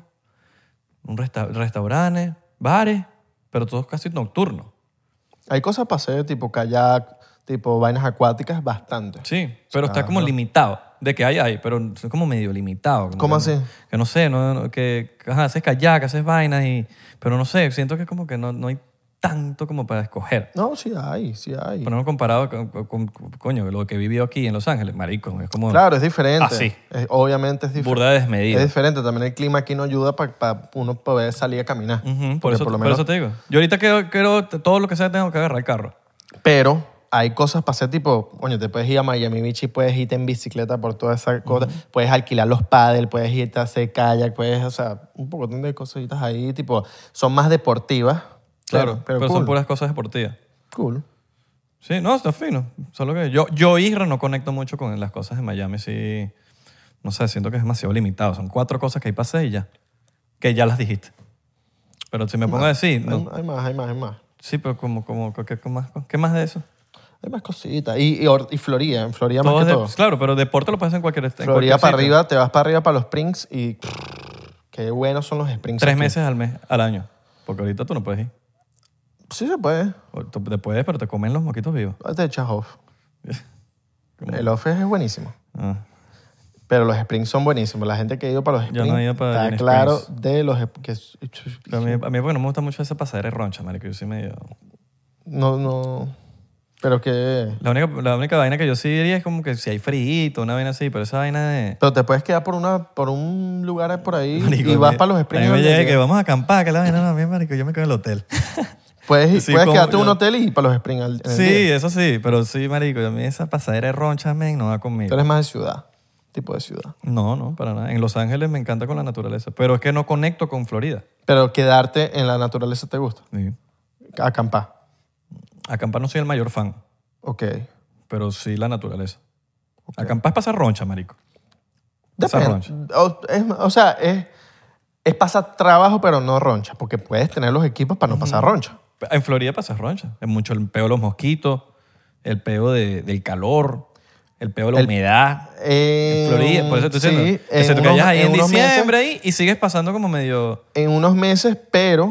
un resta restaurantes, bares, pero todo es casi nocturno. Hay cosas para hacer, tipo kayak, tipo vainas acuáticas, bastante. Sí, pero está Ajá. como limitado. De que hay, hay, pero es como medio limitado. como ¿Cómo que no- así? Que no sé, no, no, que ajá, haces kayak, haces vainas, y, pero no sé, siento que como que no, no hay tanto como para escoger. No, sí hay, sí hay. Ponerlo comparado con, con- con- coño, lo que vivió aquí en Los Ángeles, marico, es como Claro, es diferente. Así. Es- obviamente es diferente. burda de desmedida. Es diferente. También el clima aquí no ayuda para uno poder salir a caminar. Ujú, por, Porque eso, por lo por menos- eso te digo. Yo ahorita quiero, quiero todo lo que sea tengo que agarrar el carro. Pero hay cosas para hacer tipo, coño, te puedes ir a Miami Beach y puedes irte en bicicleta por todas esas cosas. Puedes alquilar los paddles, puedes irte a hacer kayak, puedes, o sea, un poco de cositas ahí, tipo, son más deportivas. Claro, pero, pero, son cool. puras cosas deportivas. Cool. Sí, no, está fino. Solo que yo, yo Isra, no conecto mucho con las cosas de Miami. Sí, no sé, siento que es demasiado limitado. Son cuatro cosas que hay para hacer y ya. Que ya las dijiste. Pero si me pongo a decir, no. Hay, hay más, hay más, hay más. Sí, pero como, como, ¿qué, qué más, ¿qué más de eso? Hay más cositas. Y, y, or- y Florida, en Florida Todo más es que de- todo. Claro, pero deporte lo puedes hacer en cualquier en Florida cualquier para sitio. arriba, te vas para arriba para los Springs y qué buenos son los Springs. Tres aquí. meses al mes, al año. Porque ahorita tú no puedes ir. Sí se puede. O tú te puedes, pero te comen los moquitos vivos. Te echas off. Como- El off es buenísimo. Ah. Pero los Springs son buenísimos. La gente que ha ido para los Yo Springs no he ido para está Disney claro Springs. de los Sp- que es- Pero a mí, a mí porque no me gusta mucho esa pasadera de roncha, marico. Yo sí medio... no no pero que La única, la única vaina que yo sí diría es como que si hay frío, una vaina así, pero esa vaina de... pero te puedes quedar por una por un lugar por ahí Marico, y a vas mí- para los A Springs. mí me donde llega que quieras. vamos a acampar, que la vaina, no, a mí, marico, yo me quedo en el hotel. Puedes, ir- Sí, puedes como quedarte en un yo- hotel y ir para los Springs al- en el Sí, día. eso sí, pero sí, marico, a mí esa pasadera de roncha, men, no va Tú conmigo. eres más de ciudad, tipo de ciudad. No, no, para nada. En Los Ángeles me encanta con la naturaleza, pero es que no conecto con Florida. Pero quedarte en la naturaleza te gusta. Sí. Acampar. Acampar no soy el mayor fan, Ok. pero sí la naturaleza. Acampar es pasar roncha, marico. Pasar Depende. roncha. O, es- o sea, es, es pasar trabajo, pero no roncha, porque puedes tener los equipos para no pasar roncha. En Florida pasas roncha. Es mucho el peo de los mosquitos, el peo de- del calor, el peo de la El- humedad. Eh, En Florida, por eso te estoy sí, diciendo. en Excepto que unos- vayas ahí en, unos meses- diciembre ahí y sigues pasando como medio... En unos meses, pero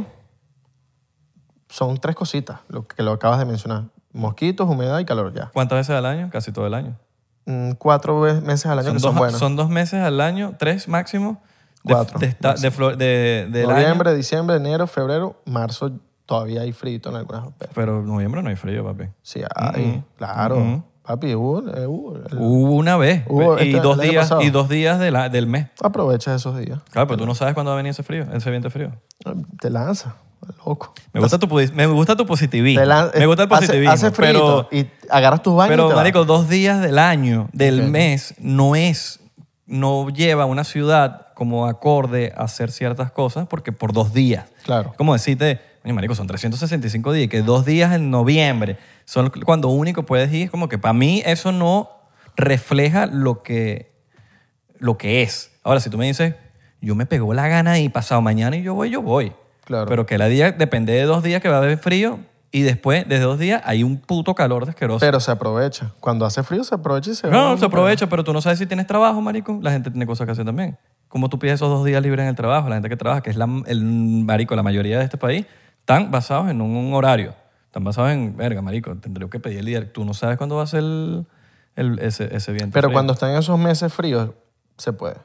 son tres cositas, lo que lo acabas de mencionar. Mosquitos, humedad y calor, ya. ¿Cuántas veces al año? Casi todo el año. Mm, Cuatro ve- meses al año Son que dos, son buenos. son dos meses al año, tres máximo. de- Cuatro, De, esta- de, Flor- de- del Noviembre, año. diciembre, enero, febrero, marzo, todavía hay frío en algunas veces. Pero en noviembre no hay frío, papi. Sí, hay, Mm-mm. claro. Mm-mm. Papi, hubo, eh, hubo. El- Hubo una vez. Hubo y, este- dos el año días, pasado. y dos días de la- del mes. Aprovecha esos días. Claro, pero tú no sabes cuándo va a venir ese frío, ese viento frío. Te lanza, loco. Me gusta tu, posi- me gusta tu positivismo. Te lan- me gusta el hace- positivismo. Hace, pero, frío y agarras tus baños y pero te vas. marico, dos días del año, del Ok. mes, no es, no lleva a una ciudad como acorde a hacer ciertas cosas porque por dos días. Claro. Como decirte, oye, marico, son trescientos sesenta y cinco días y que dos días en noviembre son cuando único puedes ir. Es como que para mí eso no refleja lo que, lo que es. Ahora, si tú me dices, yo me pegó la gana y pasado mañana y yo voy, yo voy. Claro. Pero que la día depende de dos días que va a haber frío y después de dos días hay un puto calor desqueroso. Pero se aprovecha. Cuando hace frío se aprovecha y se no, va. no, se aprovecha, pero tú no sabes si tienes trabajo, marico. La gente tiene cosas que hacer también. Como tú pides esos dos días libres en el trabajo, la gente que trabaja, que es la, el marico, la mayoría de este país, están basados en un, un horario. Están basados en, verga, marico, tendré que pedir el día. Tú no sabes cuándo va a ser el, el- ese, ese viento Pero frío. cuando están en esos meses fríos, se puede.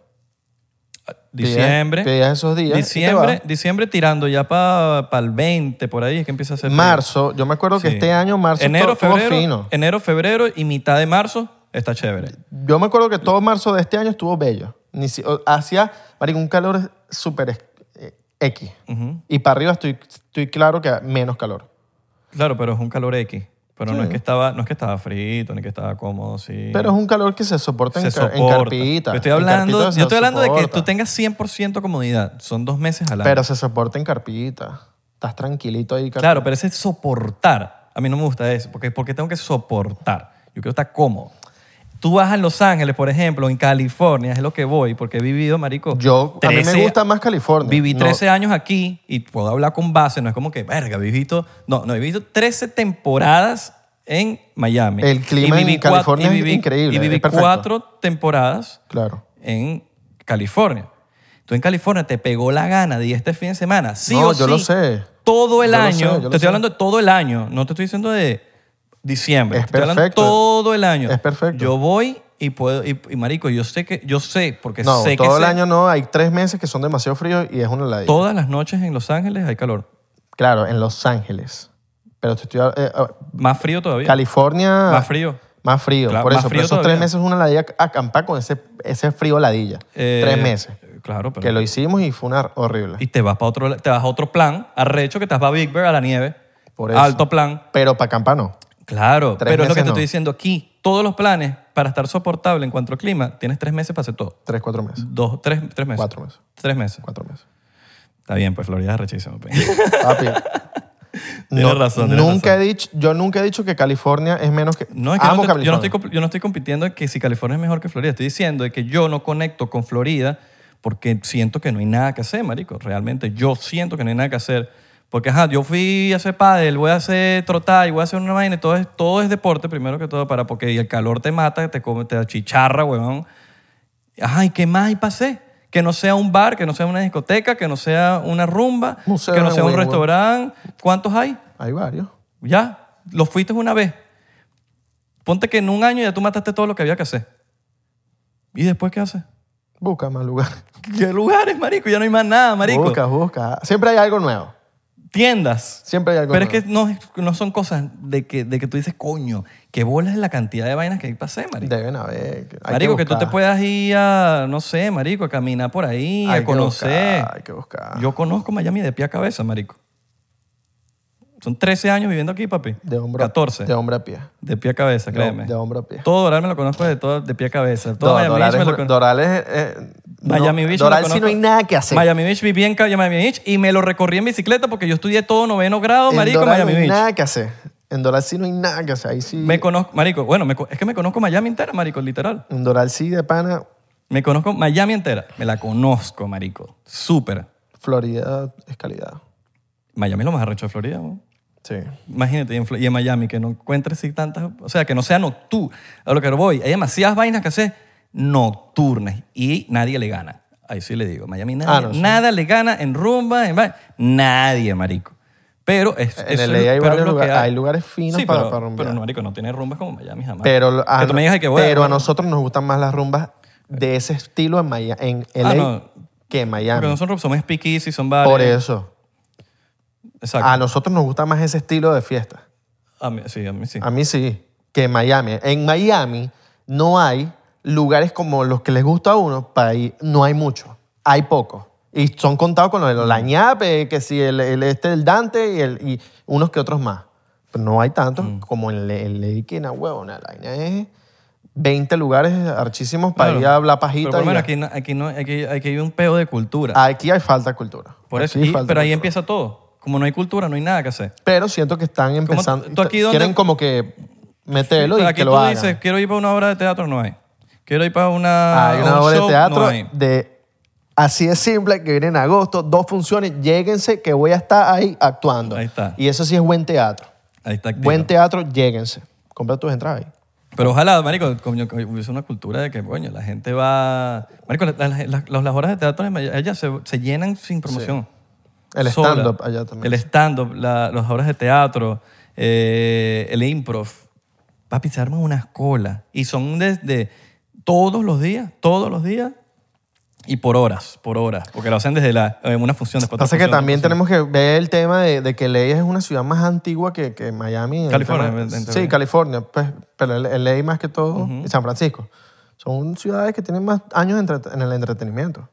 Diciembre. Pides- pides esos días y te Diciembre, vas. diciembre tirando ya para el veinte, por ahí es que empieza a ser frío. Marzo, yo me acuerdo que Sí. este año marzo enero, estuvo febrero, fino. enero, febrero y mitad de marzo está chévere. Yo me acuerdo que todo marzo de este año estuvo bello. Ni si- o- hacía, marico, un calor súper es- eh, X. Ujú. Y para arriba estoy, estoy claro que menos calor. Claro, pero es un calor X. Pero no Sí. es que estaba, no es que estaba frito, ni que estaba cómodo, sí. Pero es un calor que se soporta en, se ca- en soporta. carpita. Yo estoy En hablando, carpita se yo estoy hablando de que soporta. tú tengas cien por ciento comodidad. Son dos meses al año. Pero se soporta en carpita. Estás tranquilito ahí. carpita. Claro, pero ese soportar, a mí no me gusta eso. Porque, porque tengo que soportar. Yo quiero estar cómodo. Tú vas a Los Ángeles, por ejemplo, en California, es lo que voy, porque he vivido, marico, Yo, a mí me trece gusta más California. Viví No- trece años aquí y puedo hablar con base, no es como que, verga, he vivido, no, no, he vivido trece temporadas en Miami. El clima Y viví en California cuatro- y es viví- increíble, Y viví es perfecto. cuatro temporadas Claro. en California. Tú en California te pegó la gana de ir este fin de semana, sí No, o yo sí, lo sé. todo el Yo lo año, sé, yo lo te estoy sé. hablando de todo el año, no te estoy diciendo de diciembre, Es te estoy hablando perfecto. todo el año. Es perfecto. Yo voy y puedo, y, y marico, yo sé que, yo sé, porque No, sé que todo el sé- año no. Hay tres meses que son demasiado fríos y es una ladilla. todas las noches en Los Ángeles hay calor. Claro, en Los Ángeles. Pero te estoy... eh, eh, Más frío todavía. California... Más frío. Más frío. Claro, Por más eso, frío pero esos todavía. tres meses es una ladilla acampar con ese, ese frío ladilla. Eh, tres meses. Claro, pero... Que lo hicimos y fue una horrible. Y te vas para otro, te vas a otro plan, arrecho, que te vas a Big Bear, a la nieve. Por eso. Alto plan. Pero para acampar no. Claro, Tres pero es lo que meses te no. estoy diciendo aquí. Todos los planes, para estar soportable en cuanto al clima, tienes tres meses para hacer todo. Tres, cuatro meses. Dos, tres, tres meses. Cuatro meses. Tres meses. Cuatro meses. Está bien, pues Florida es rechísimo. pues. Papi. Tienes razón, tienes nunca razón. he dicho, yo nunca he dicho que California es menos que... No, es que yo Amo no, te- yo, no estoy, California. comp- yo no estoy compitiendo en que si California es mejor que Florida. Estoy diciendo de que yo no conecto con Florida porque siento que no hay nada que hacer, marico. Realmente yo siento que no hay nada que hacer. Porque, ajá, yo fui a hacer pádel, voy a hacer trotar y voy a hacer una vaina. y Todo es, todo es deporte, primero que todo, para porque el calor te mata, te, come, te achicharra, huevón. Ajá, ¿y qué más hay para hacer? Que no sea un bar, que no sea una discoteca, que no sea una rumba, Museo que no en sea un Wynwood. restaurante. ¿Cuántos hay? Hay varios. Ya, lo fuiste una vez. Ponte que en un año ya tú mataste todo lo que había que hacer. ¿Y después qué haces? Busca más lugares. ¿Qué lugares, marico? Ya no hay más nada, marico. Busca, busca. Siempre hay algo nuevo. Tiendas. Siempre hay algo Pero nuevo. es que no, no son cosas de que, de que tú dices, coño, qué bolas es la cantidad de vainas que hay para hacer, marico. Deben haber. hay marico, que, tú te buscar. puedas ir a, no sé, marico, a caminar por ahí, Hay a que conocer. buscar, hay que buscar. Yo conozco Miami de pie a cabeza, marico. Son trece años viviendo aquí, papi. De hombro, catorce. De hombre a pie. De pie a cabeza, De- créeme. De, hombre a pie. Todo Doral me lo conozco de, todo, de pie a cabeza. Todo Do- Miami Doral Beach me es lo un- conozco. Doral es... eh, Miami no, Beach Doral me lo sí no hay conozco. nada que hacer. Miami Beach, viví en ca- Miami Beach y me lo recorrí en bicicleta porque yo estudié todo noveno grado, En marico, en Doral Miami no hay Beach. nada que hacer. En Doral sí no hay nada que hacer. Ahí sí. Me conozco, marico, bueno, me co- es que me conozco Miami entera, marico, literal. En Doral sí de pana, Me conozco Miami entera. Me la conozco, marico. Súper. Florida es calidad. Miami es lo más arrecho de Florida, ¿no? Sí. Imagínate, y en, Flo- y en Miami, que no encuentres así tantas... O sea, que no sea nocturno. A lo que voy, hay demasiadas vainas que hacer nocturnas y nadie le gana. Ahí sí le digo. Miami nadie, Ah, no, sí. nada le gana en rumba, en vaina. Nadie, marico. Pero es, En eso L A es- hay pero varios es lo que lugares- hay. hay lugares finos Sí, para- pero, para rumbear. pero no, marico, no tiene rumbas como Miami jamás. Pero, a, que tú me digas que bueno, pero a bueno, nosotros nos gustan más las rumbas de ese estilo en, Maya- en L A Ah, no. que en Miami. Porque no son rumbas, son speakeasy, son bares. Por eso. Exacto. A nosotros nos gusta más ese estilo de fiesta. A mí, sí, a mí sí. A mí sí, que en Miami. En Miami no hay lugares como los que les gusta a uno para ir. No hay mucho. Hay poco. Y son contados con los de los Lañape, que si el, el este el Dante y, el, y unos que otros más. Pero no hay tantos como en el el que na huevo. La vaina es veinte lugares archísimos para Claro. ir a hablar Pero pajita. por lo y menos ya. aquí, no- aquí, no, aquí, aquí hay un peo de cultura. Aquí hay falta de cultura. Por eso, Aquí y- falta pero ahí cultura. empieza todo. Como no hay cultura, no hay nada que hacer. Pero siento que están empezando. tú aquí donde- Quieren como que meterlo Pero y aquí que tú lo hagan. dices, quiero ir para una obra de teatro, no hay. Quiero ir para una, Hay a una un obra show, de teatro no hay. de así de simple que viene en agosto, dos funciones, lléguense que voy a estar ahí actuando. Ahí está. Y eso sí es buen teatro. Ahí está activo. Buen teatro, lléguense. Compra tus entradas ahí. Pero ojalá, marico, coño, que hubiese una cultura de que, coño, la gente va... Marico, la- la- la- las, las obras de teatro en Miami, allá se, se llenan sin promoción. El Sola. stand-up allá también. El stand-up, la- las obras de teatro, eh, el improv. Papi, se arman unas colas. Y son desde todos los días, todos los días. Y por horas, por horas. Porque lo hacen desde la, en una función. Después otra Pasa que función, otra también función. tenemos que ver el tema de, de que L A es una ciudad más antigua que, que Miami. El California, tema- en teoría. sí, California. Pues, pero L A más que todo y San Francisco. Son ciudades que tienen más años en entre- en el entretenimiento.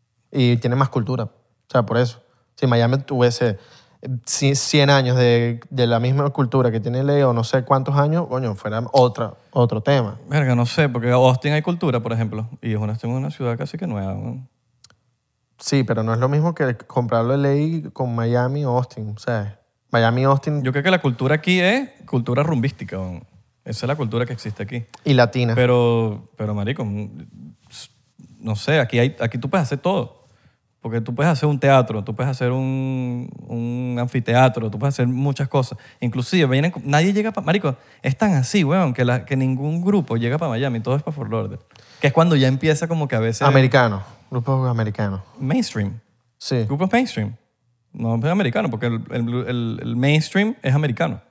Y tienen más cultura. O sea, por eso. Si Miami tuviese ci- cien años de, de la misma cultura que tiene L A o no sé cuántos años, coño, fuera otra, otro tema. Verga, no sé, porque Austin hay cultura, por ejemplo. Y es una, es una ciudad casi que nueva. ¿no? Sí, pero no es lo mismo que comprarlo L A con Miami o Austin. O sea, Miami, Austin Yo creo que la cultura aquí es cultura rumbística. ¿no? Esa es la cultura que existe aquí. y latina. Pero, pero marico, mm, no sé, aquí, hay, aquí tú puedes hacer todo. Porque tú puedes hacer un teatro, tú puedes hacer un, un anfiteatro, tú puedes hacer muchas cosas. Inclusive, vienen, nadie llega para... Marico, es tan así, weón, que, la, que ningún grupo llega para Miami. Todo es para Fort Lauderdale. Que es cuando ya empieza como que a veces... Americano, grupos americanos. Mainstream. Sí. Grupos mainstream. No es americano, porque el, el- el- el mainstream es americano.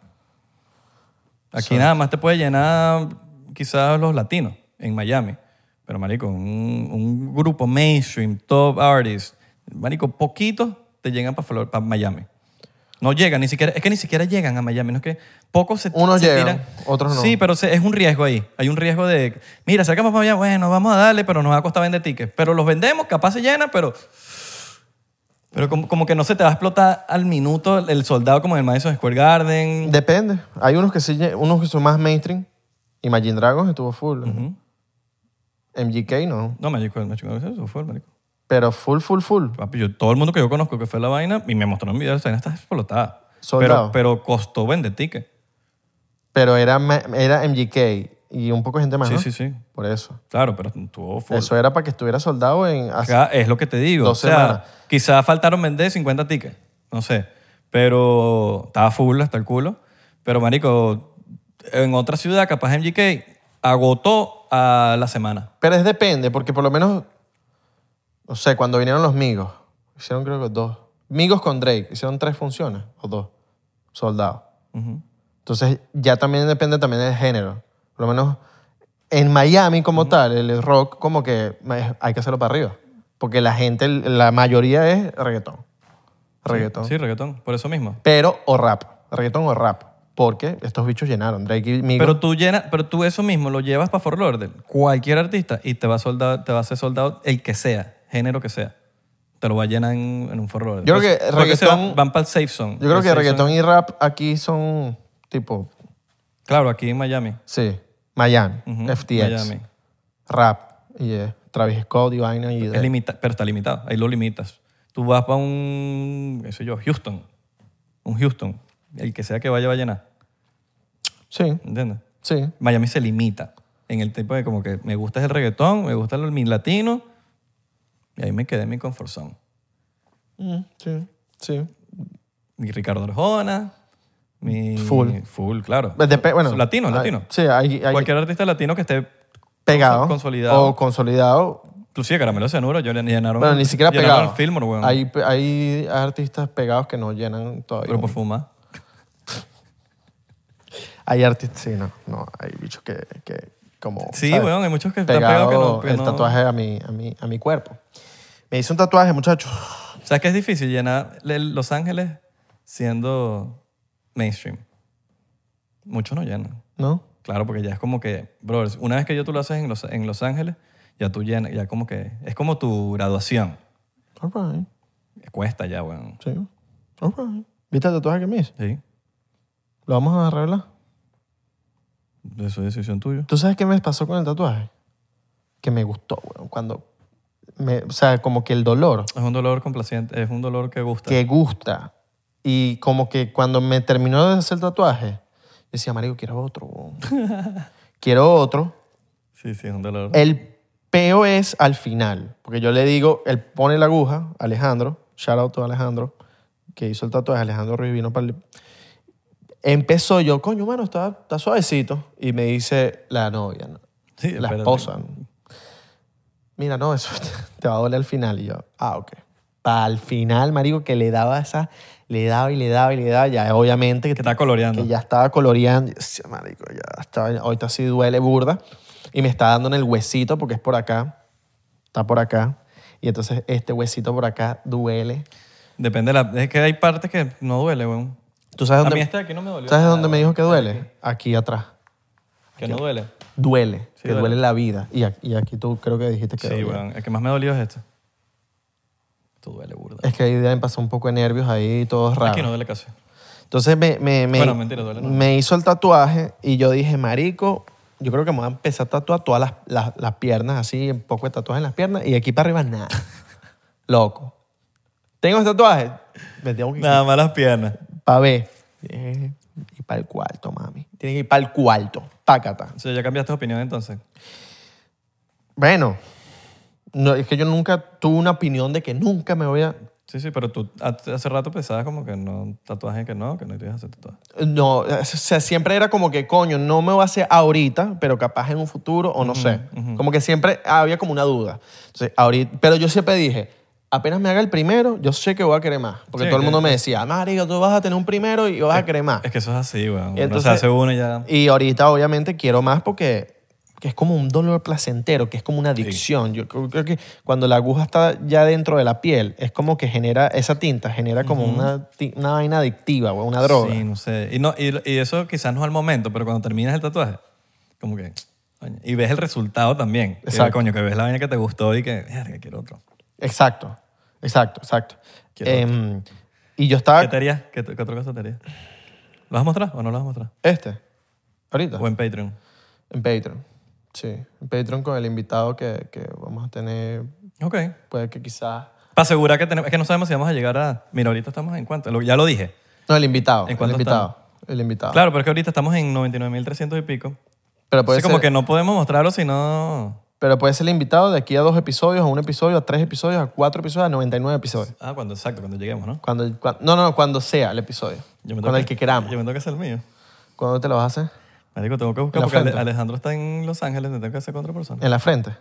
Aquí nada más te puede llenar quizás los latinos en Miami. Pero, marico, un, un grupo mainstream, top artists, marico, poquitos te llegan para Miami. No llegan, ni siquiera, es que ni siquiera llegan a Miami. No es que pocos se, Unos se llegan, tiran. otros no. Sí, pero se- es un riesgo ahí. Hay un riesgo de, mira, sacamos para allá, bueno, vamos a darle, pero nos va a costar vender tickets. Pero los vendemos, capaz se llena, pero... Pero como, como que no se te va a explotar al minuto el soldado como en el Madison Square Garden. Depende. Hay unos que sí, lle- unos que son más mainstream. Imagine Dragons estuvo full. Ujú. M G K no. No, Magic Magic eso fue, marico. Pero full, full, full. Papi, yo, todo el mundo que yo conozco que fue la vaina y me mostró en video, esa vaina está explotada. Soldado. Pero, pero costó vender ticket. Pero era, ma- era M G K y un poco de gente más, Sí, ¿no? sí, sí. Por eso. Claro, pero tuvo full. Eso era para que estuviera soldado en... hace- Acá es lo que te digo. Dos o sea, semanas. quizás faltaron vender cincuenta tickets. No sé. Pero estaba full hasta el culo. Pero, marico, en otra ciudad, capaz M G K agotó a la semana. Pero es depende, porque por lo menos, no sé, cuando vinieron los Migos, hicieron creo que dos. Migos con Drake, hicieron tres funciones, o dos, soldados. Ujú. Entonces ya también depende también del género. Por lo menos en Miami como tal, el rock como que hay que hacerlo para arriba. Porque la gente, la mayoría es reggaetón. Reggaetón. Sí, reggaetón. Por eso mismo. Pero o rap. Reggaetón o rap. Porque estos bichos llenaron. Drake y Migos. Pero tú, llena, pero tú eso mismo lo llevas para Fort Lauderdale, cualquier artista, y te va, a soldar, te va a hacer soldado el que sea, género que sea. Te lo va a llenar en, en un Fort Lauderdale. Yo creo que Porque- porque se reggaetón- van, van para el safe zone. Yo creo El que safe reggaetón zone- y rap aquí son tipo, Claro, aquí en Miami. sí, Miami, Ujú, F T X, Miami. rap, y eh, Travis Scott y vaina. Y Es limita, pero está limitado. Ahí lo limitas. Tú vas para un, qué sé yo, Houston. Un Houston. El que sea que vaya va a llenar. Sí, ¿entiendes? sí. Miami se limita en el tipo de como que me gusta el reggaetón, me gusta el mi latino, y ahí me quedé en mi comfort zone. Mm, sí, sí. Mi Ricardo Arjona, mi... Full. Full, claro. Depe- bueno, latino, hay- latino. Sí, hay, hay Cualquier artista latino que esté pegado consolidado. o consolidado. Inclusive Caramelo de Cianuro, yo le llenaron, Bueno, ni siquiera llenaron pegado. el Fillmore, weón. Hay, pe- hay artistas pegados que no llenan todavía. Pero por fumar. Hay artistas, sí, no, no, hay bichos que, que como, Sí, ¿sabes? weón, hay muchos que están Pegado pegados que no... que el no- tatuaje a mi, a, mi, a mi cuerpo. Me hice un tatuaje, muchachos. ¿Sabes que es difícil llenar el- Los Ángeles siendo mainstream? Muchos no llenan. ¿No? Claro, porque ya es como que, brothers, una vez que yo tú lo haces en Los, en Los Ángeles, ya tú llenas, ya como que, es como tu graduación. All right. Cuesta ya, weón. Sí. All right. ¿Viste el tatuaje que me hice? Sí, ¿Lo vamos a revelar? eso es decisión tuya. ¿Tú sabes qué me pasó con el tatuaje? Que me gustó, weón. Cuando, me, o sea, como que el dolor Es un dolor complaciente, es un dolor que gusta. que gusta. Y como que cuando me terminó de hacer el tatuaje, decía, marico, quiero otro, weón. Quiero otro. Sí, sí, es un dolor. El peo es al final, porque yo le digo, él pone la aguja, Alejandro, shout out a Alejandro, que hizo el tatuaje, Alejandro Ruiz vino para el... Empezó yo, coño, mano, está, está suavecito. Y me dice la novia, ¿no? Sí, la espérate. esposa. Mira, no, eso te va a doler al final. Y yo, ah, ok. Para el final, marico, que le daba esa... Le daba y le daba y le daba. Ya, obviamente, Que está coloreando. que ya estaba coloreando. Y decía, marico, ya estaba... Ahorita sí duele burda. Y me está dando en el huesito porque es por acá. Está por acá. Y entonces este huesito por acá duele. Depende de la... Es que hay partes que no duele, weón. ¿Tú sabes A dónde, mí este de aquí no me dolió. ¿sabes nada, dónde me weón. dijo que duele? Aquí atrás. Que no duele. Duele. Sí, que duele. duele la vida. Y aquí, y aquí tú creo que dijiste que Sí, dolía. weón. El que más me dolió es este. Esto duele burda. Es que ahí me pasó un poco de nervios ahí, todo raro. Aquí no duele casi. Entonces me, me, me, Bueno, mentira, duele, no. me hizo el tatuaje y yo dije, marico, yo creo que me voy a empezar a tatuar todas las, las, las piernas, así, un poco de tatuaje en las piernas y de aquí para arriba nada. Loco. ¿Tengo este tatuaje? Me tengo que ir Nada más las piernas. para ver. Eh, y para el cuarto, mami. Tiene que ir para el cuarto. Pácata. O sea, ya cambiaste de opinión entonces. Bueno, no, es que yo nunca tuve una opinión de que nunca me voy a... Sí, sí, pero tú hace rato pensabas como que no, tatuaje que no, que no te ibas a hacer tatuaje. No, o sea, siempre era como que, coño, no me voy a hacer ahorita, pero capaz en un futuro o no sé. Como que siempre había como una duda. Entonces, ahorita, pero yo siempre dije, apenas me haga el primero, yo sé que voy a querer más. Porque Sí, todo el mundo que- me decía, marico, tú vas a tener un primero y vas a querer más. Es que eso es así, weón. Y Uno entonces- se hace uno y ya... Y ahorita, obviamente, quiero más porque que es como un dolor placentero, que es como una adicción. Yo creo, creo que cuando la aguja está ya dentro de la piel, es como que genera, esa tinta genera como una, ti- una vaina adictiva, o una droga. Sí, no sé. Y, no, y, y eso quizás no al momento, pero cuando terminas el tatuaje, como que... coño, y ves el resultado también. Que, Exacto. coño, que ves la vaina que te gustó y que... Verga, quiero otro. Exacto, exacto, exacto. Quiero Em, y yo estaba... ¿Qué te harías? ¿Qué, qué otra cosa te harías? ¿Lo vas a mostrar o no lo vas a mostrar? Este, ahorita, ¿O en Patreon? en Patreon. Sí, en Patreon con el invitado que, que vamos a tener, Ok. puede que quizás... Para asegurar que tenemos... Es que no sabemos si vamos a llegar a... Mira, ahorita estamos en cuánto. Lo- ya lo dije. No, el invitado, ¿En el cuánto invitado, el invitado. Claro, pero es que ahorita estamos en noventa y nueve mil trescientos y pico. Pero puede, Así como ser, que no podemos mostrarlo si no... pero puede ser el invitado de aquí a dos episodios, a un episodio, a tres episodios, a cuatro episodios, a noventa y nueve episodios. Ah, cuando exacto, cuando lleguemos, ¿no? Cuando, cuan- no, no, no, cuando sea el episodio. Yo me Cuando tengo el que queramos. Yo me tengo que hacer el mío. ¿Cuándo te lo vas a hacer? Marico, tengo que buscar En la porque Ale- frente. Alejandro está en Los Ángeles, me tengo que hacer con otra persona. En la frente.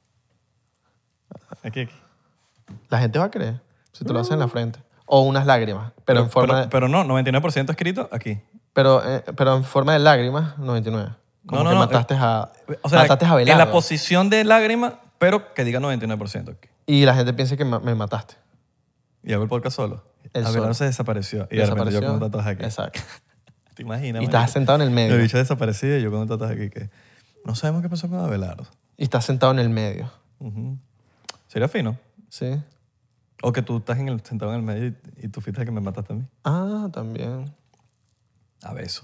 Aquí, aquí. La gente va a creer si te lo haces en la frente. O unas lágrimas, pero, en forma pero, de, pero no, noventa y nueve por ciento escrito aquí. pero, eh, pero en forma de lágrimas, noventa y nueve. Como No, no, que no, mataste a, O sea, mataste a en Abelardo. la posición de lágrima, pero que diga noventa y nueve por ciento aquí. Y la gente piensa que ma- me mataste. Y hago el podcast solo. El Abelardo solo. se desapareció. Y de repente yo con un tatuaje aquí. Exacto. ¿Te imaginas? Y estás marico? sentado en el medio. El bicho desaparecido y yo con un tatuaje aquí que... No sabemos qué pasó con Abelardo. Y estás sentado en el medio. Ujú. Sería fino. ¿Sí? O que tú estás en el, sentado en el medio y, y tú fuiste el que me mataste a mí. Ah, también. A beso.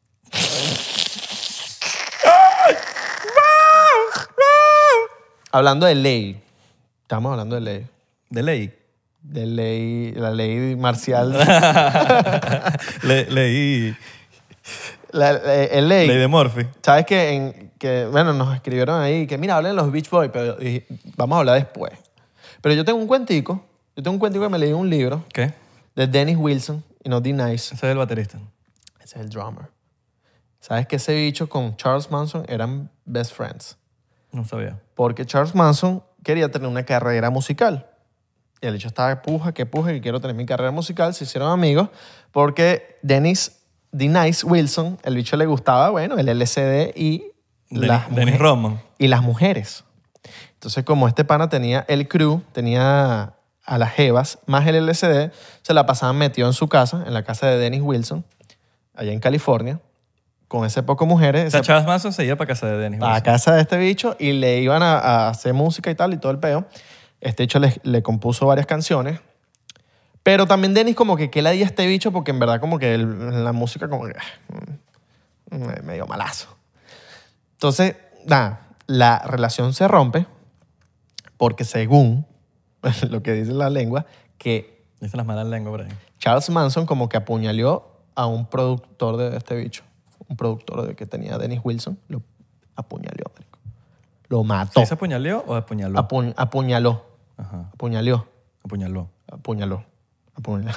Hablando de ley. Estamos hablando de ley. De ley. De ley, la ley marcial. Le- leí. La, la- el ley. Ley de Murphy. ¿Sabes que, en, que, bueno, nos escribieron ahí que, mira, hablen los Beach Boys, pero y vamos a hablar después. Pero yo tengo un cuentico, yo tengo un cuentico que me leí en un libro ¿Qué? de Dennis Wilson y no D. Nice. Ese es el baterista. Ese es el drummer. ¿Sabes que ese bicho con Charles Manson eran best friends? No sabía. Porque Charles Manson quería tener una carrera musical. Y el bicho estaba puja, que puja, que quiero tener mi carrera musical. Se hicieron amigos porque Dennis, D. Nice Wilson, el bicho le gustaba, bueno, el L S D y, Dennis, las, Dennis mujeres, Rodman. y las mujeres. Entonces, como este pana tenía el crew, tenía a las jevas más el L S D, se la pasaban metido en su casa, en la casa de Dennis Wilson, allá en California, con ese poco mujeres. O sea, ese- Charles Manson se iba para casa de Dennis. a Wilson. casa de este bicho y le iban a, a hacer música y tal y todo el peo. Este bicho le, le compuso varias canciones. Pero también Dennis como que qué le di a este bicho porque en verdad como que el- la música como que ah, mm, medio malazo. Entonces, nada, la relación se rompe porque según lo que dice la lengua, que Dicen las malas lenguas por ahí. Charles Manson como que apuñaló a un productor de este bicho. Un productor de que tenía Dennis Wilson. Lo apuñaló, marico. Lo mató. ¿Sí se apuñaló o apuñaló? Apu- apuñaló. Ajá. Apuñaló. Apuñaló. Apuñaló. Apuñaló.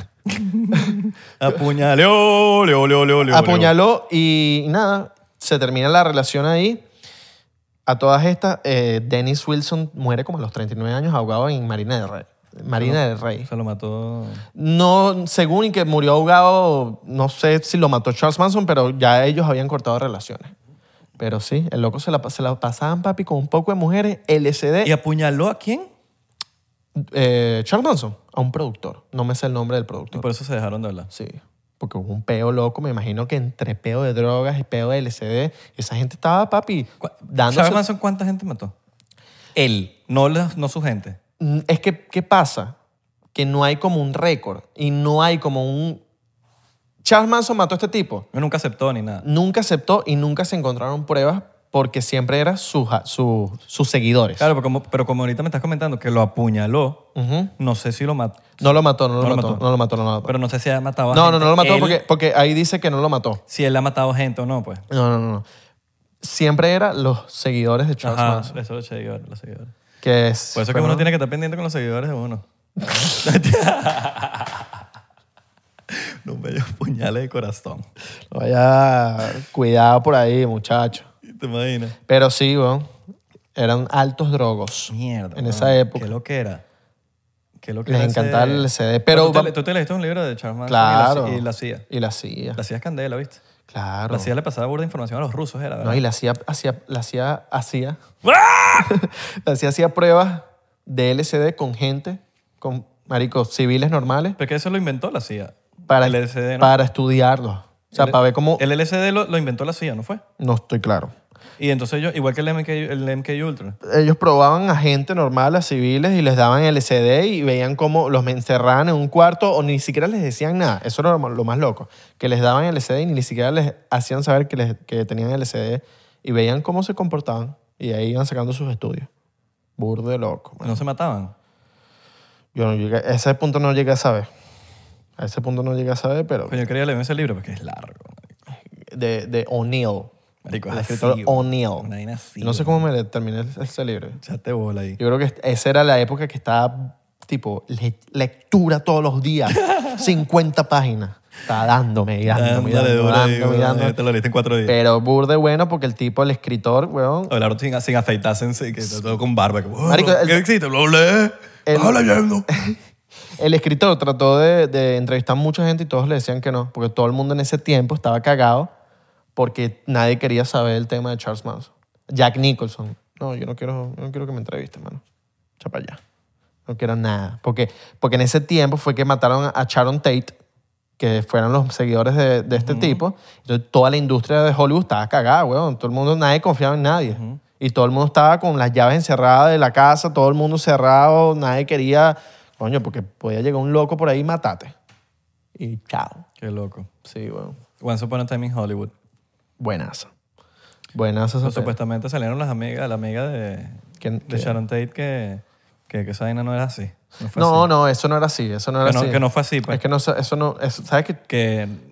Apuñaló, leo, leo, leo, leo. Apuñaló y nada, se termina la relación ahí. A todas estas, eh, Dennis Wilson muere como a los treinta y nueve años ahogado en Marina del Rey. Marina del Rey. Se lo mató. No, según y que murió ahogado, no sé si lo mató Charles Manson, pero ya ellos habían cortado relaciones. Pero sí, el loco se la, se la pasaban, papi, con un poco de mujeres, L S D. ¿Y apuñaló a quién? Eh, Charles Manson, a un productor. No me sé el nombre del Y productor. por eso se dejaron de hablar. Sí, porque hubo un peo loco. Me imagino que entre peo de drogas y peo de L S D, esa gente estaba, papi, ¿Cu- dándose... ¿Charles Manson cuánta gente mató? Él, no, la- no su gente. Mm, Es que, ¿qué pasa? Que no hay como un récord y no hay como un... Charles Manson mató a este tipo. Él nunca aceptó ni nada. Nunca aceptó y nunca se encontraron pruebas porque siempre eran sus, su- sus seguidores. Claro, pero como, pero como ahorita me estás comentando que lo apuñaló, Ujú. no sé si lo mató. No lo mató, no lo, No lo mató, mató. no lo mató, no lo mató. Pero no sé si ha matado a no, gente. no, no lo mató Él- porque, porque ahí dice que no lo mató. Si él ha matado gente o no, pues. No, no, no. no. Siempre eran los seguidores de Charles Ajá, Manson. eso es los seguidores, los seguidores. Que es, Por eso es que fueron- uno tiene que estar pendiente con los seguidores de uno. Unos bellos puñales de corazón. Vaya, cuidado por ahí, muchacho. ¿Te imaginas? Pero sí, weón, eran altos drogos. Mierda. En weón. esa época. Qué lo que era. Qué lo que Les era ese- encantaba el L S D, pero ¿Tú te, va- tú te leíste un libro de Charles Manson Claro. y la, y la C I A? Y la hacía. La C I A es candela, ¿viste? Claro. La C I A le pasaba burda de información a los rusos, era, ¿verdad? No, y la hacía, hacía, la hacía, hacía, la hacía, hacía pruebas de L S D con gente, con maricos civiles normales, Pero que eso lo inventó la C I A. para, el L S D, ¿no? para estudiarlo. O sea, El- para ver cómo... El L S D lo, lo inventó la C I A, ¿no fue? No estoy claro. Y entonces yo, igual que el M K, el M K Ultra. Ellos probaban a gente normal, a civiles, y les daban L S D y veían cómo los encerraban en un cuarto o ni siquiera les decían nada. Eso era lo, lo más loco. Que les daban L S D y ni siquiera les hacían saber que, les, que tenían L S D y veían cómo se comportaban. Y ahí iban sacando sus estudios. Burde loco. man. No se mataban. Yo no llegué, a ese punto no llegué a saber. A ese punto no llegué a saber, pero Coño, yo quería leer ese libro porque es largo. Marico, de, de O'Neill. Marico, es El así, escritor weón. O'Neill. Una vaina así, No sé weón. cómo me le- terminé ese libro. Echate bola ahí. Yo creo que esa era la época que estaba, tipo, le- lectura todos los días. cincuenta páginas. Estaba dándome y dándome y Dándole dándome, duro ahí, dándome y weón. dándome. Te lo leíste en cuatro días. Pero burde bueno porque el tipo, el escritor, weón, Hablaron sin, sin afeitarse, en sí, que todo con barba. Que, Marico, el- ¿qué existe? Lo lees. el- Vas leyendo. el escritor trató de, de entrevistar a mucha gente y todos le decían que no, porque todo el mundo en ese tiempo estaba cagado porque nadie quería saber el tema de Charles Manson. Jack Nicholson. No, yo no quiero, yo no quiero que me entrevistes, mano. Echa para allá. No quiero nada. Porque, porque en ese tiempo fue que mataron a Sharon Tate, que fueran los seguidores de, de este tipo. Entonces toda la industria de Hollywood estaba cagada, weón. Todo el mundo, nadie confiaba en nadie. Y todo el mundo estaba con las llaves encerradas de la casa, todo el mundo cerrado, nadie quería... Coño, porque podía llegar un loco por ahí y matate. Y chao. Qué loco. Sí, weón. Once Upon a Time in Hollywood. Buenazo. Buenazo esa Pues, peli. supuestamente salieron las amigas, la amiga de, ¿Quién- de qué? Sharon Tate que, que, que esa vaina no era así. No, fue No, así. no, eso no era así. Eso no era Que no- así. que no fue así, pues. Es que no, eso no... eso- ¿Sabes qué? Que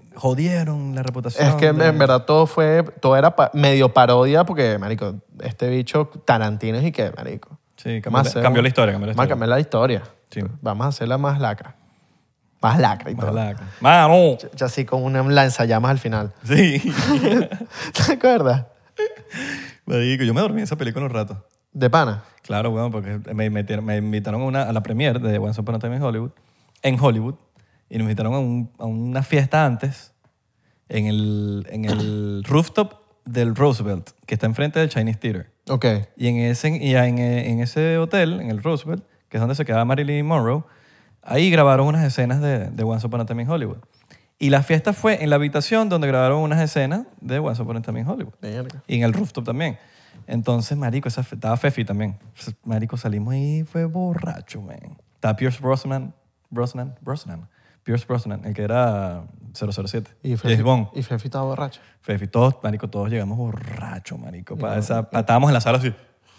jodieron la reputación. Es que en, de- en verdad todo fue, todo era pa- medio parodia porque, marico, este bicho Tarantino es y que, marico. Sí, vamos cambió, a la- hacer cambió un- la historia, cambió la Vamos a historia. cambiar la historia. Sí. Vamos a hacerla más lacra. Más lacra y Más todo. lacra. ¡Mano! Ya así con una lanzallamas al final. Sí. ¿Te acuerdas? Marico, yo me dormí en esa película un rato. De pana. Claro, bueno, porque me, metieron- me invitaron a, una, a la premiere de Once Upon a Time in Hollywood, en Hollywood, y nos invitaron a, un- a una fiesta antes en el, en el rooftop del Roosevelt, que está enfrente del Chinese Theater. Ok. Y en ese, y en, en ese hotel, en el Roosevelt, que es donde se quedaba Marilyn Monroe, ahí grabaron unas escenas de, de Once Upon a Time in Hollywood. Y la fiesta fue en la habitación donde grabaron unas escenas de Once Upon a Time in Hollywood. Verga. Y en el rooftop también. Entonces, marico, esa, fe- estaba Fefi también. Marico, salimos ahí, fue borracho, man. Estaba Pierce Brosnan, Brosnan, Brosnan, Pierce Brosnan, el que era cero cero siete. Y James Fefi, Bond. y Fefi estaba borracho. Fefi, todos, marico, todos llegamos borrachos, marico. Pa esa, pa- estábamos en la sala así.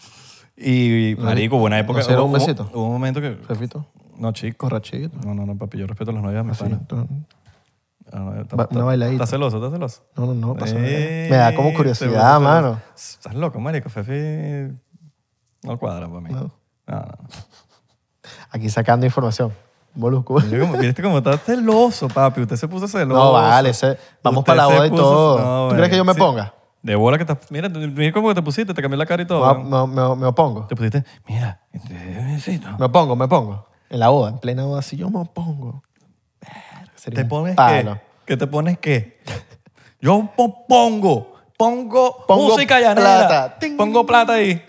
Y, marico, hubo una época... ¿No se dieron hubo- un besito? Hubo, hubo un momento que... Fefito. No, chico. Borrachito. No, no, no, papi, yo respeto a los novios de mi Así. pana. entonces- Ah, no, está- Ba- está- una bailadita. ¿Estás celoso? ¿Estás celoso? No, no, no. Pasa Eh, Me da como curiosidad, se- mano. Estás loco, marico. Fefi no cuadra para mí. No. No, no. Aquí sacando información. Molusco. Yo como- Viste cómo está celoso, papi. Usted se puso celoso. No, vale. ese- vamos Usted para la se boda y puso- todo. no, ¿Tú crees que yo me sí. ponga? De bola que estás... Mira, mira cómo te pusiste. Te cambió la cara y todo. Me, ¿no? me- me- me opongo. Te pusiste... Mira, este besito. Me opongo, me opongo. En la boda, en plena boda, si yo me opongo. Verga, sería ¿Te un pones palo. qué? ¿Qué te pones qué? Yo po- pongo... Pongo, Pongo música llanera. plata. Ting. Pongo plata ahí.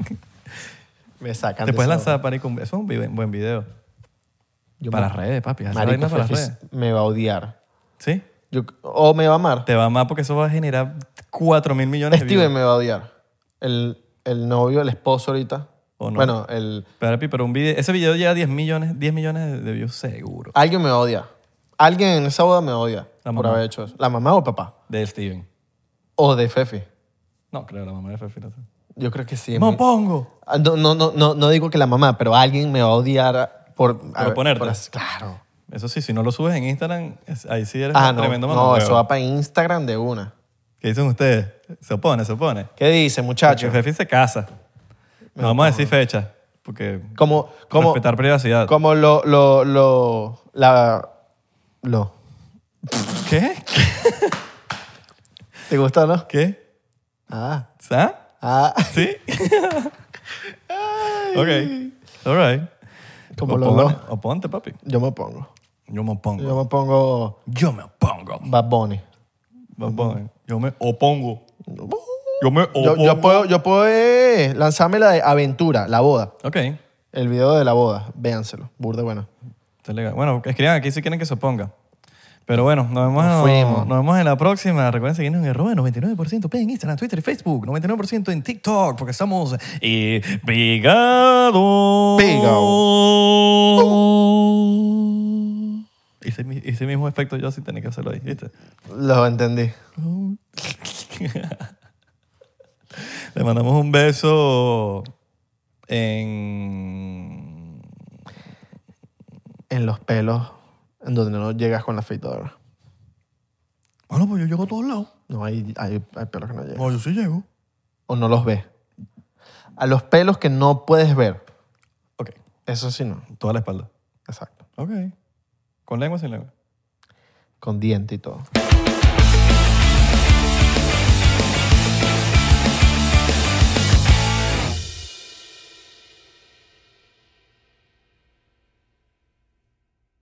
Me sacan Te de puedes esa lanzar, marico. un- Eso es un vi- buen video. boda. Yo Para me- las redes, papi. Esa Marico, vaina para las Fefi redes. me va a odiar. ¿Sí? Yo- o me va a amar. Te va a amar porque eso va a generar cuatro mil millones de Steven views. me va a odiar. El, el novio, el esposo ahorita. ¿O no? Bueno, el, Papi, pero un video, ese video llega a diez millones, diez millones de- de views seguro. alguien me va a odiar. Alguien en esa boda me va a odiar La por mamá. haber hecho eso. ¿La mamá o el papá? De Steven. O de Fefi. No, creo la mamá de Fefi. No sé. Yo creo que sí. ¡Me Mi- pongo! Ah, No, no, no, no, no digo que la mamá, pero alguien me va a odiar por... a ver, ponerte. as- claro. Eso sí, si no lo subes en Instagram, es- ahí sí eres Ah, un no. tremendo No, mamahuevo. eso va para Instagram de una. ¿Qué dicen ustedes? Se opone, se opone. ¿Qué dice, Que muchacho? Fefi se casa. No vamos a decir fecha, porque Como, como, respetar privacidad. como lo, lo, lo, la, lo. ¿Qué? ¿Te gusta o no? ¿Qué? Ah, ¿Ah? ah. ¿Sí? ok. All right. Como o, los pon- dos. o ponte, papi. Yo me pongo. Yo me opongo. Yo me pongo Yo me opongo. Bad Bunny. Bad Bunny. Yo me opongo. Yo me Yo, opongo. yo puedo, yo puedo eh, lanzarme la de Aventura, la boda. Ok. El video de la boda. Véanselo. Burde bueno. Está legal. Bueno, escriban aquí si quieren que se oponga. Pero bueno, nos vemos, Nos nos, fuimos. nos vemos en la próxima. Recuerden seguirnos en arroba noventa y nueve por ciento P en Instagram, Twitter y Facebook. noventa y nueve por ciento en TikTok porque estamos y pegados. Hice, mi- hice el mismo efecto yo sin tener que hacerlo ahí, ¿viste? Lo entendí. Le mandamos un beso en... En los pelos, en donde no llegas con la afeitadora. Bueno, pues yo llego a todos lados. No, hay, hay, hay pelos que no llegan. No, yo sí llego. O no los ves. A los pelos que no puedes ver. Ok. Eso sí no. Toda la espalda. Exacto. Ok. ¿Con lengua o sin lengua? Con diente y todo.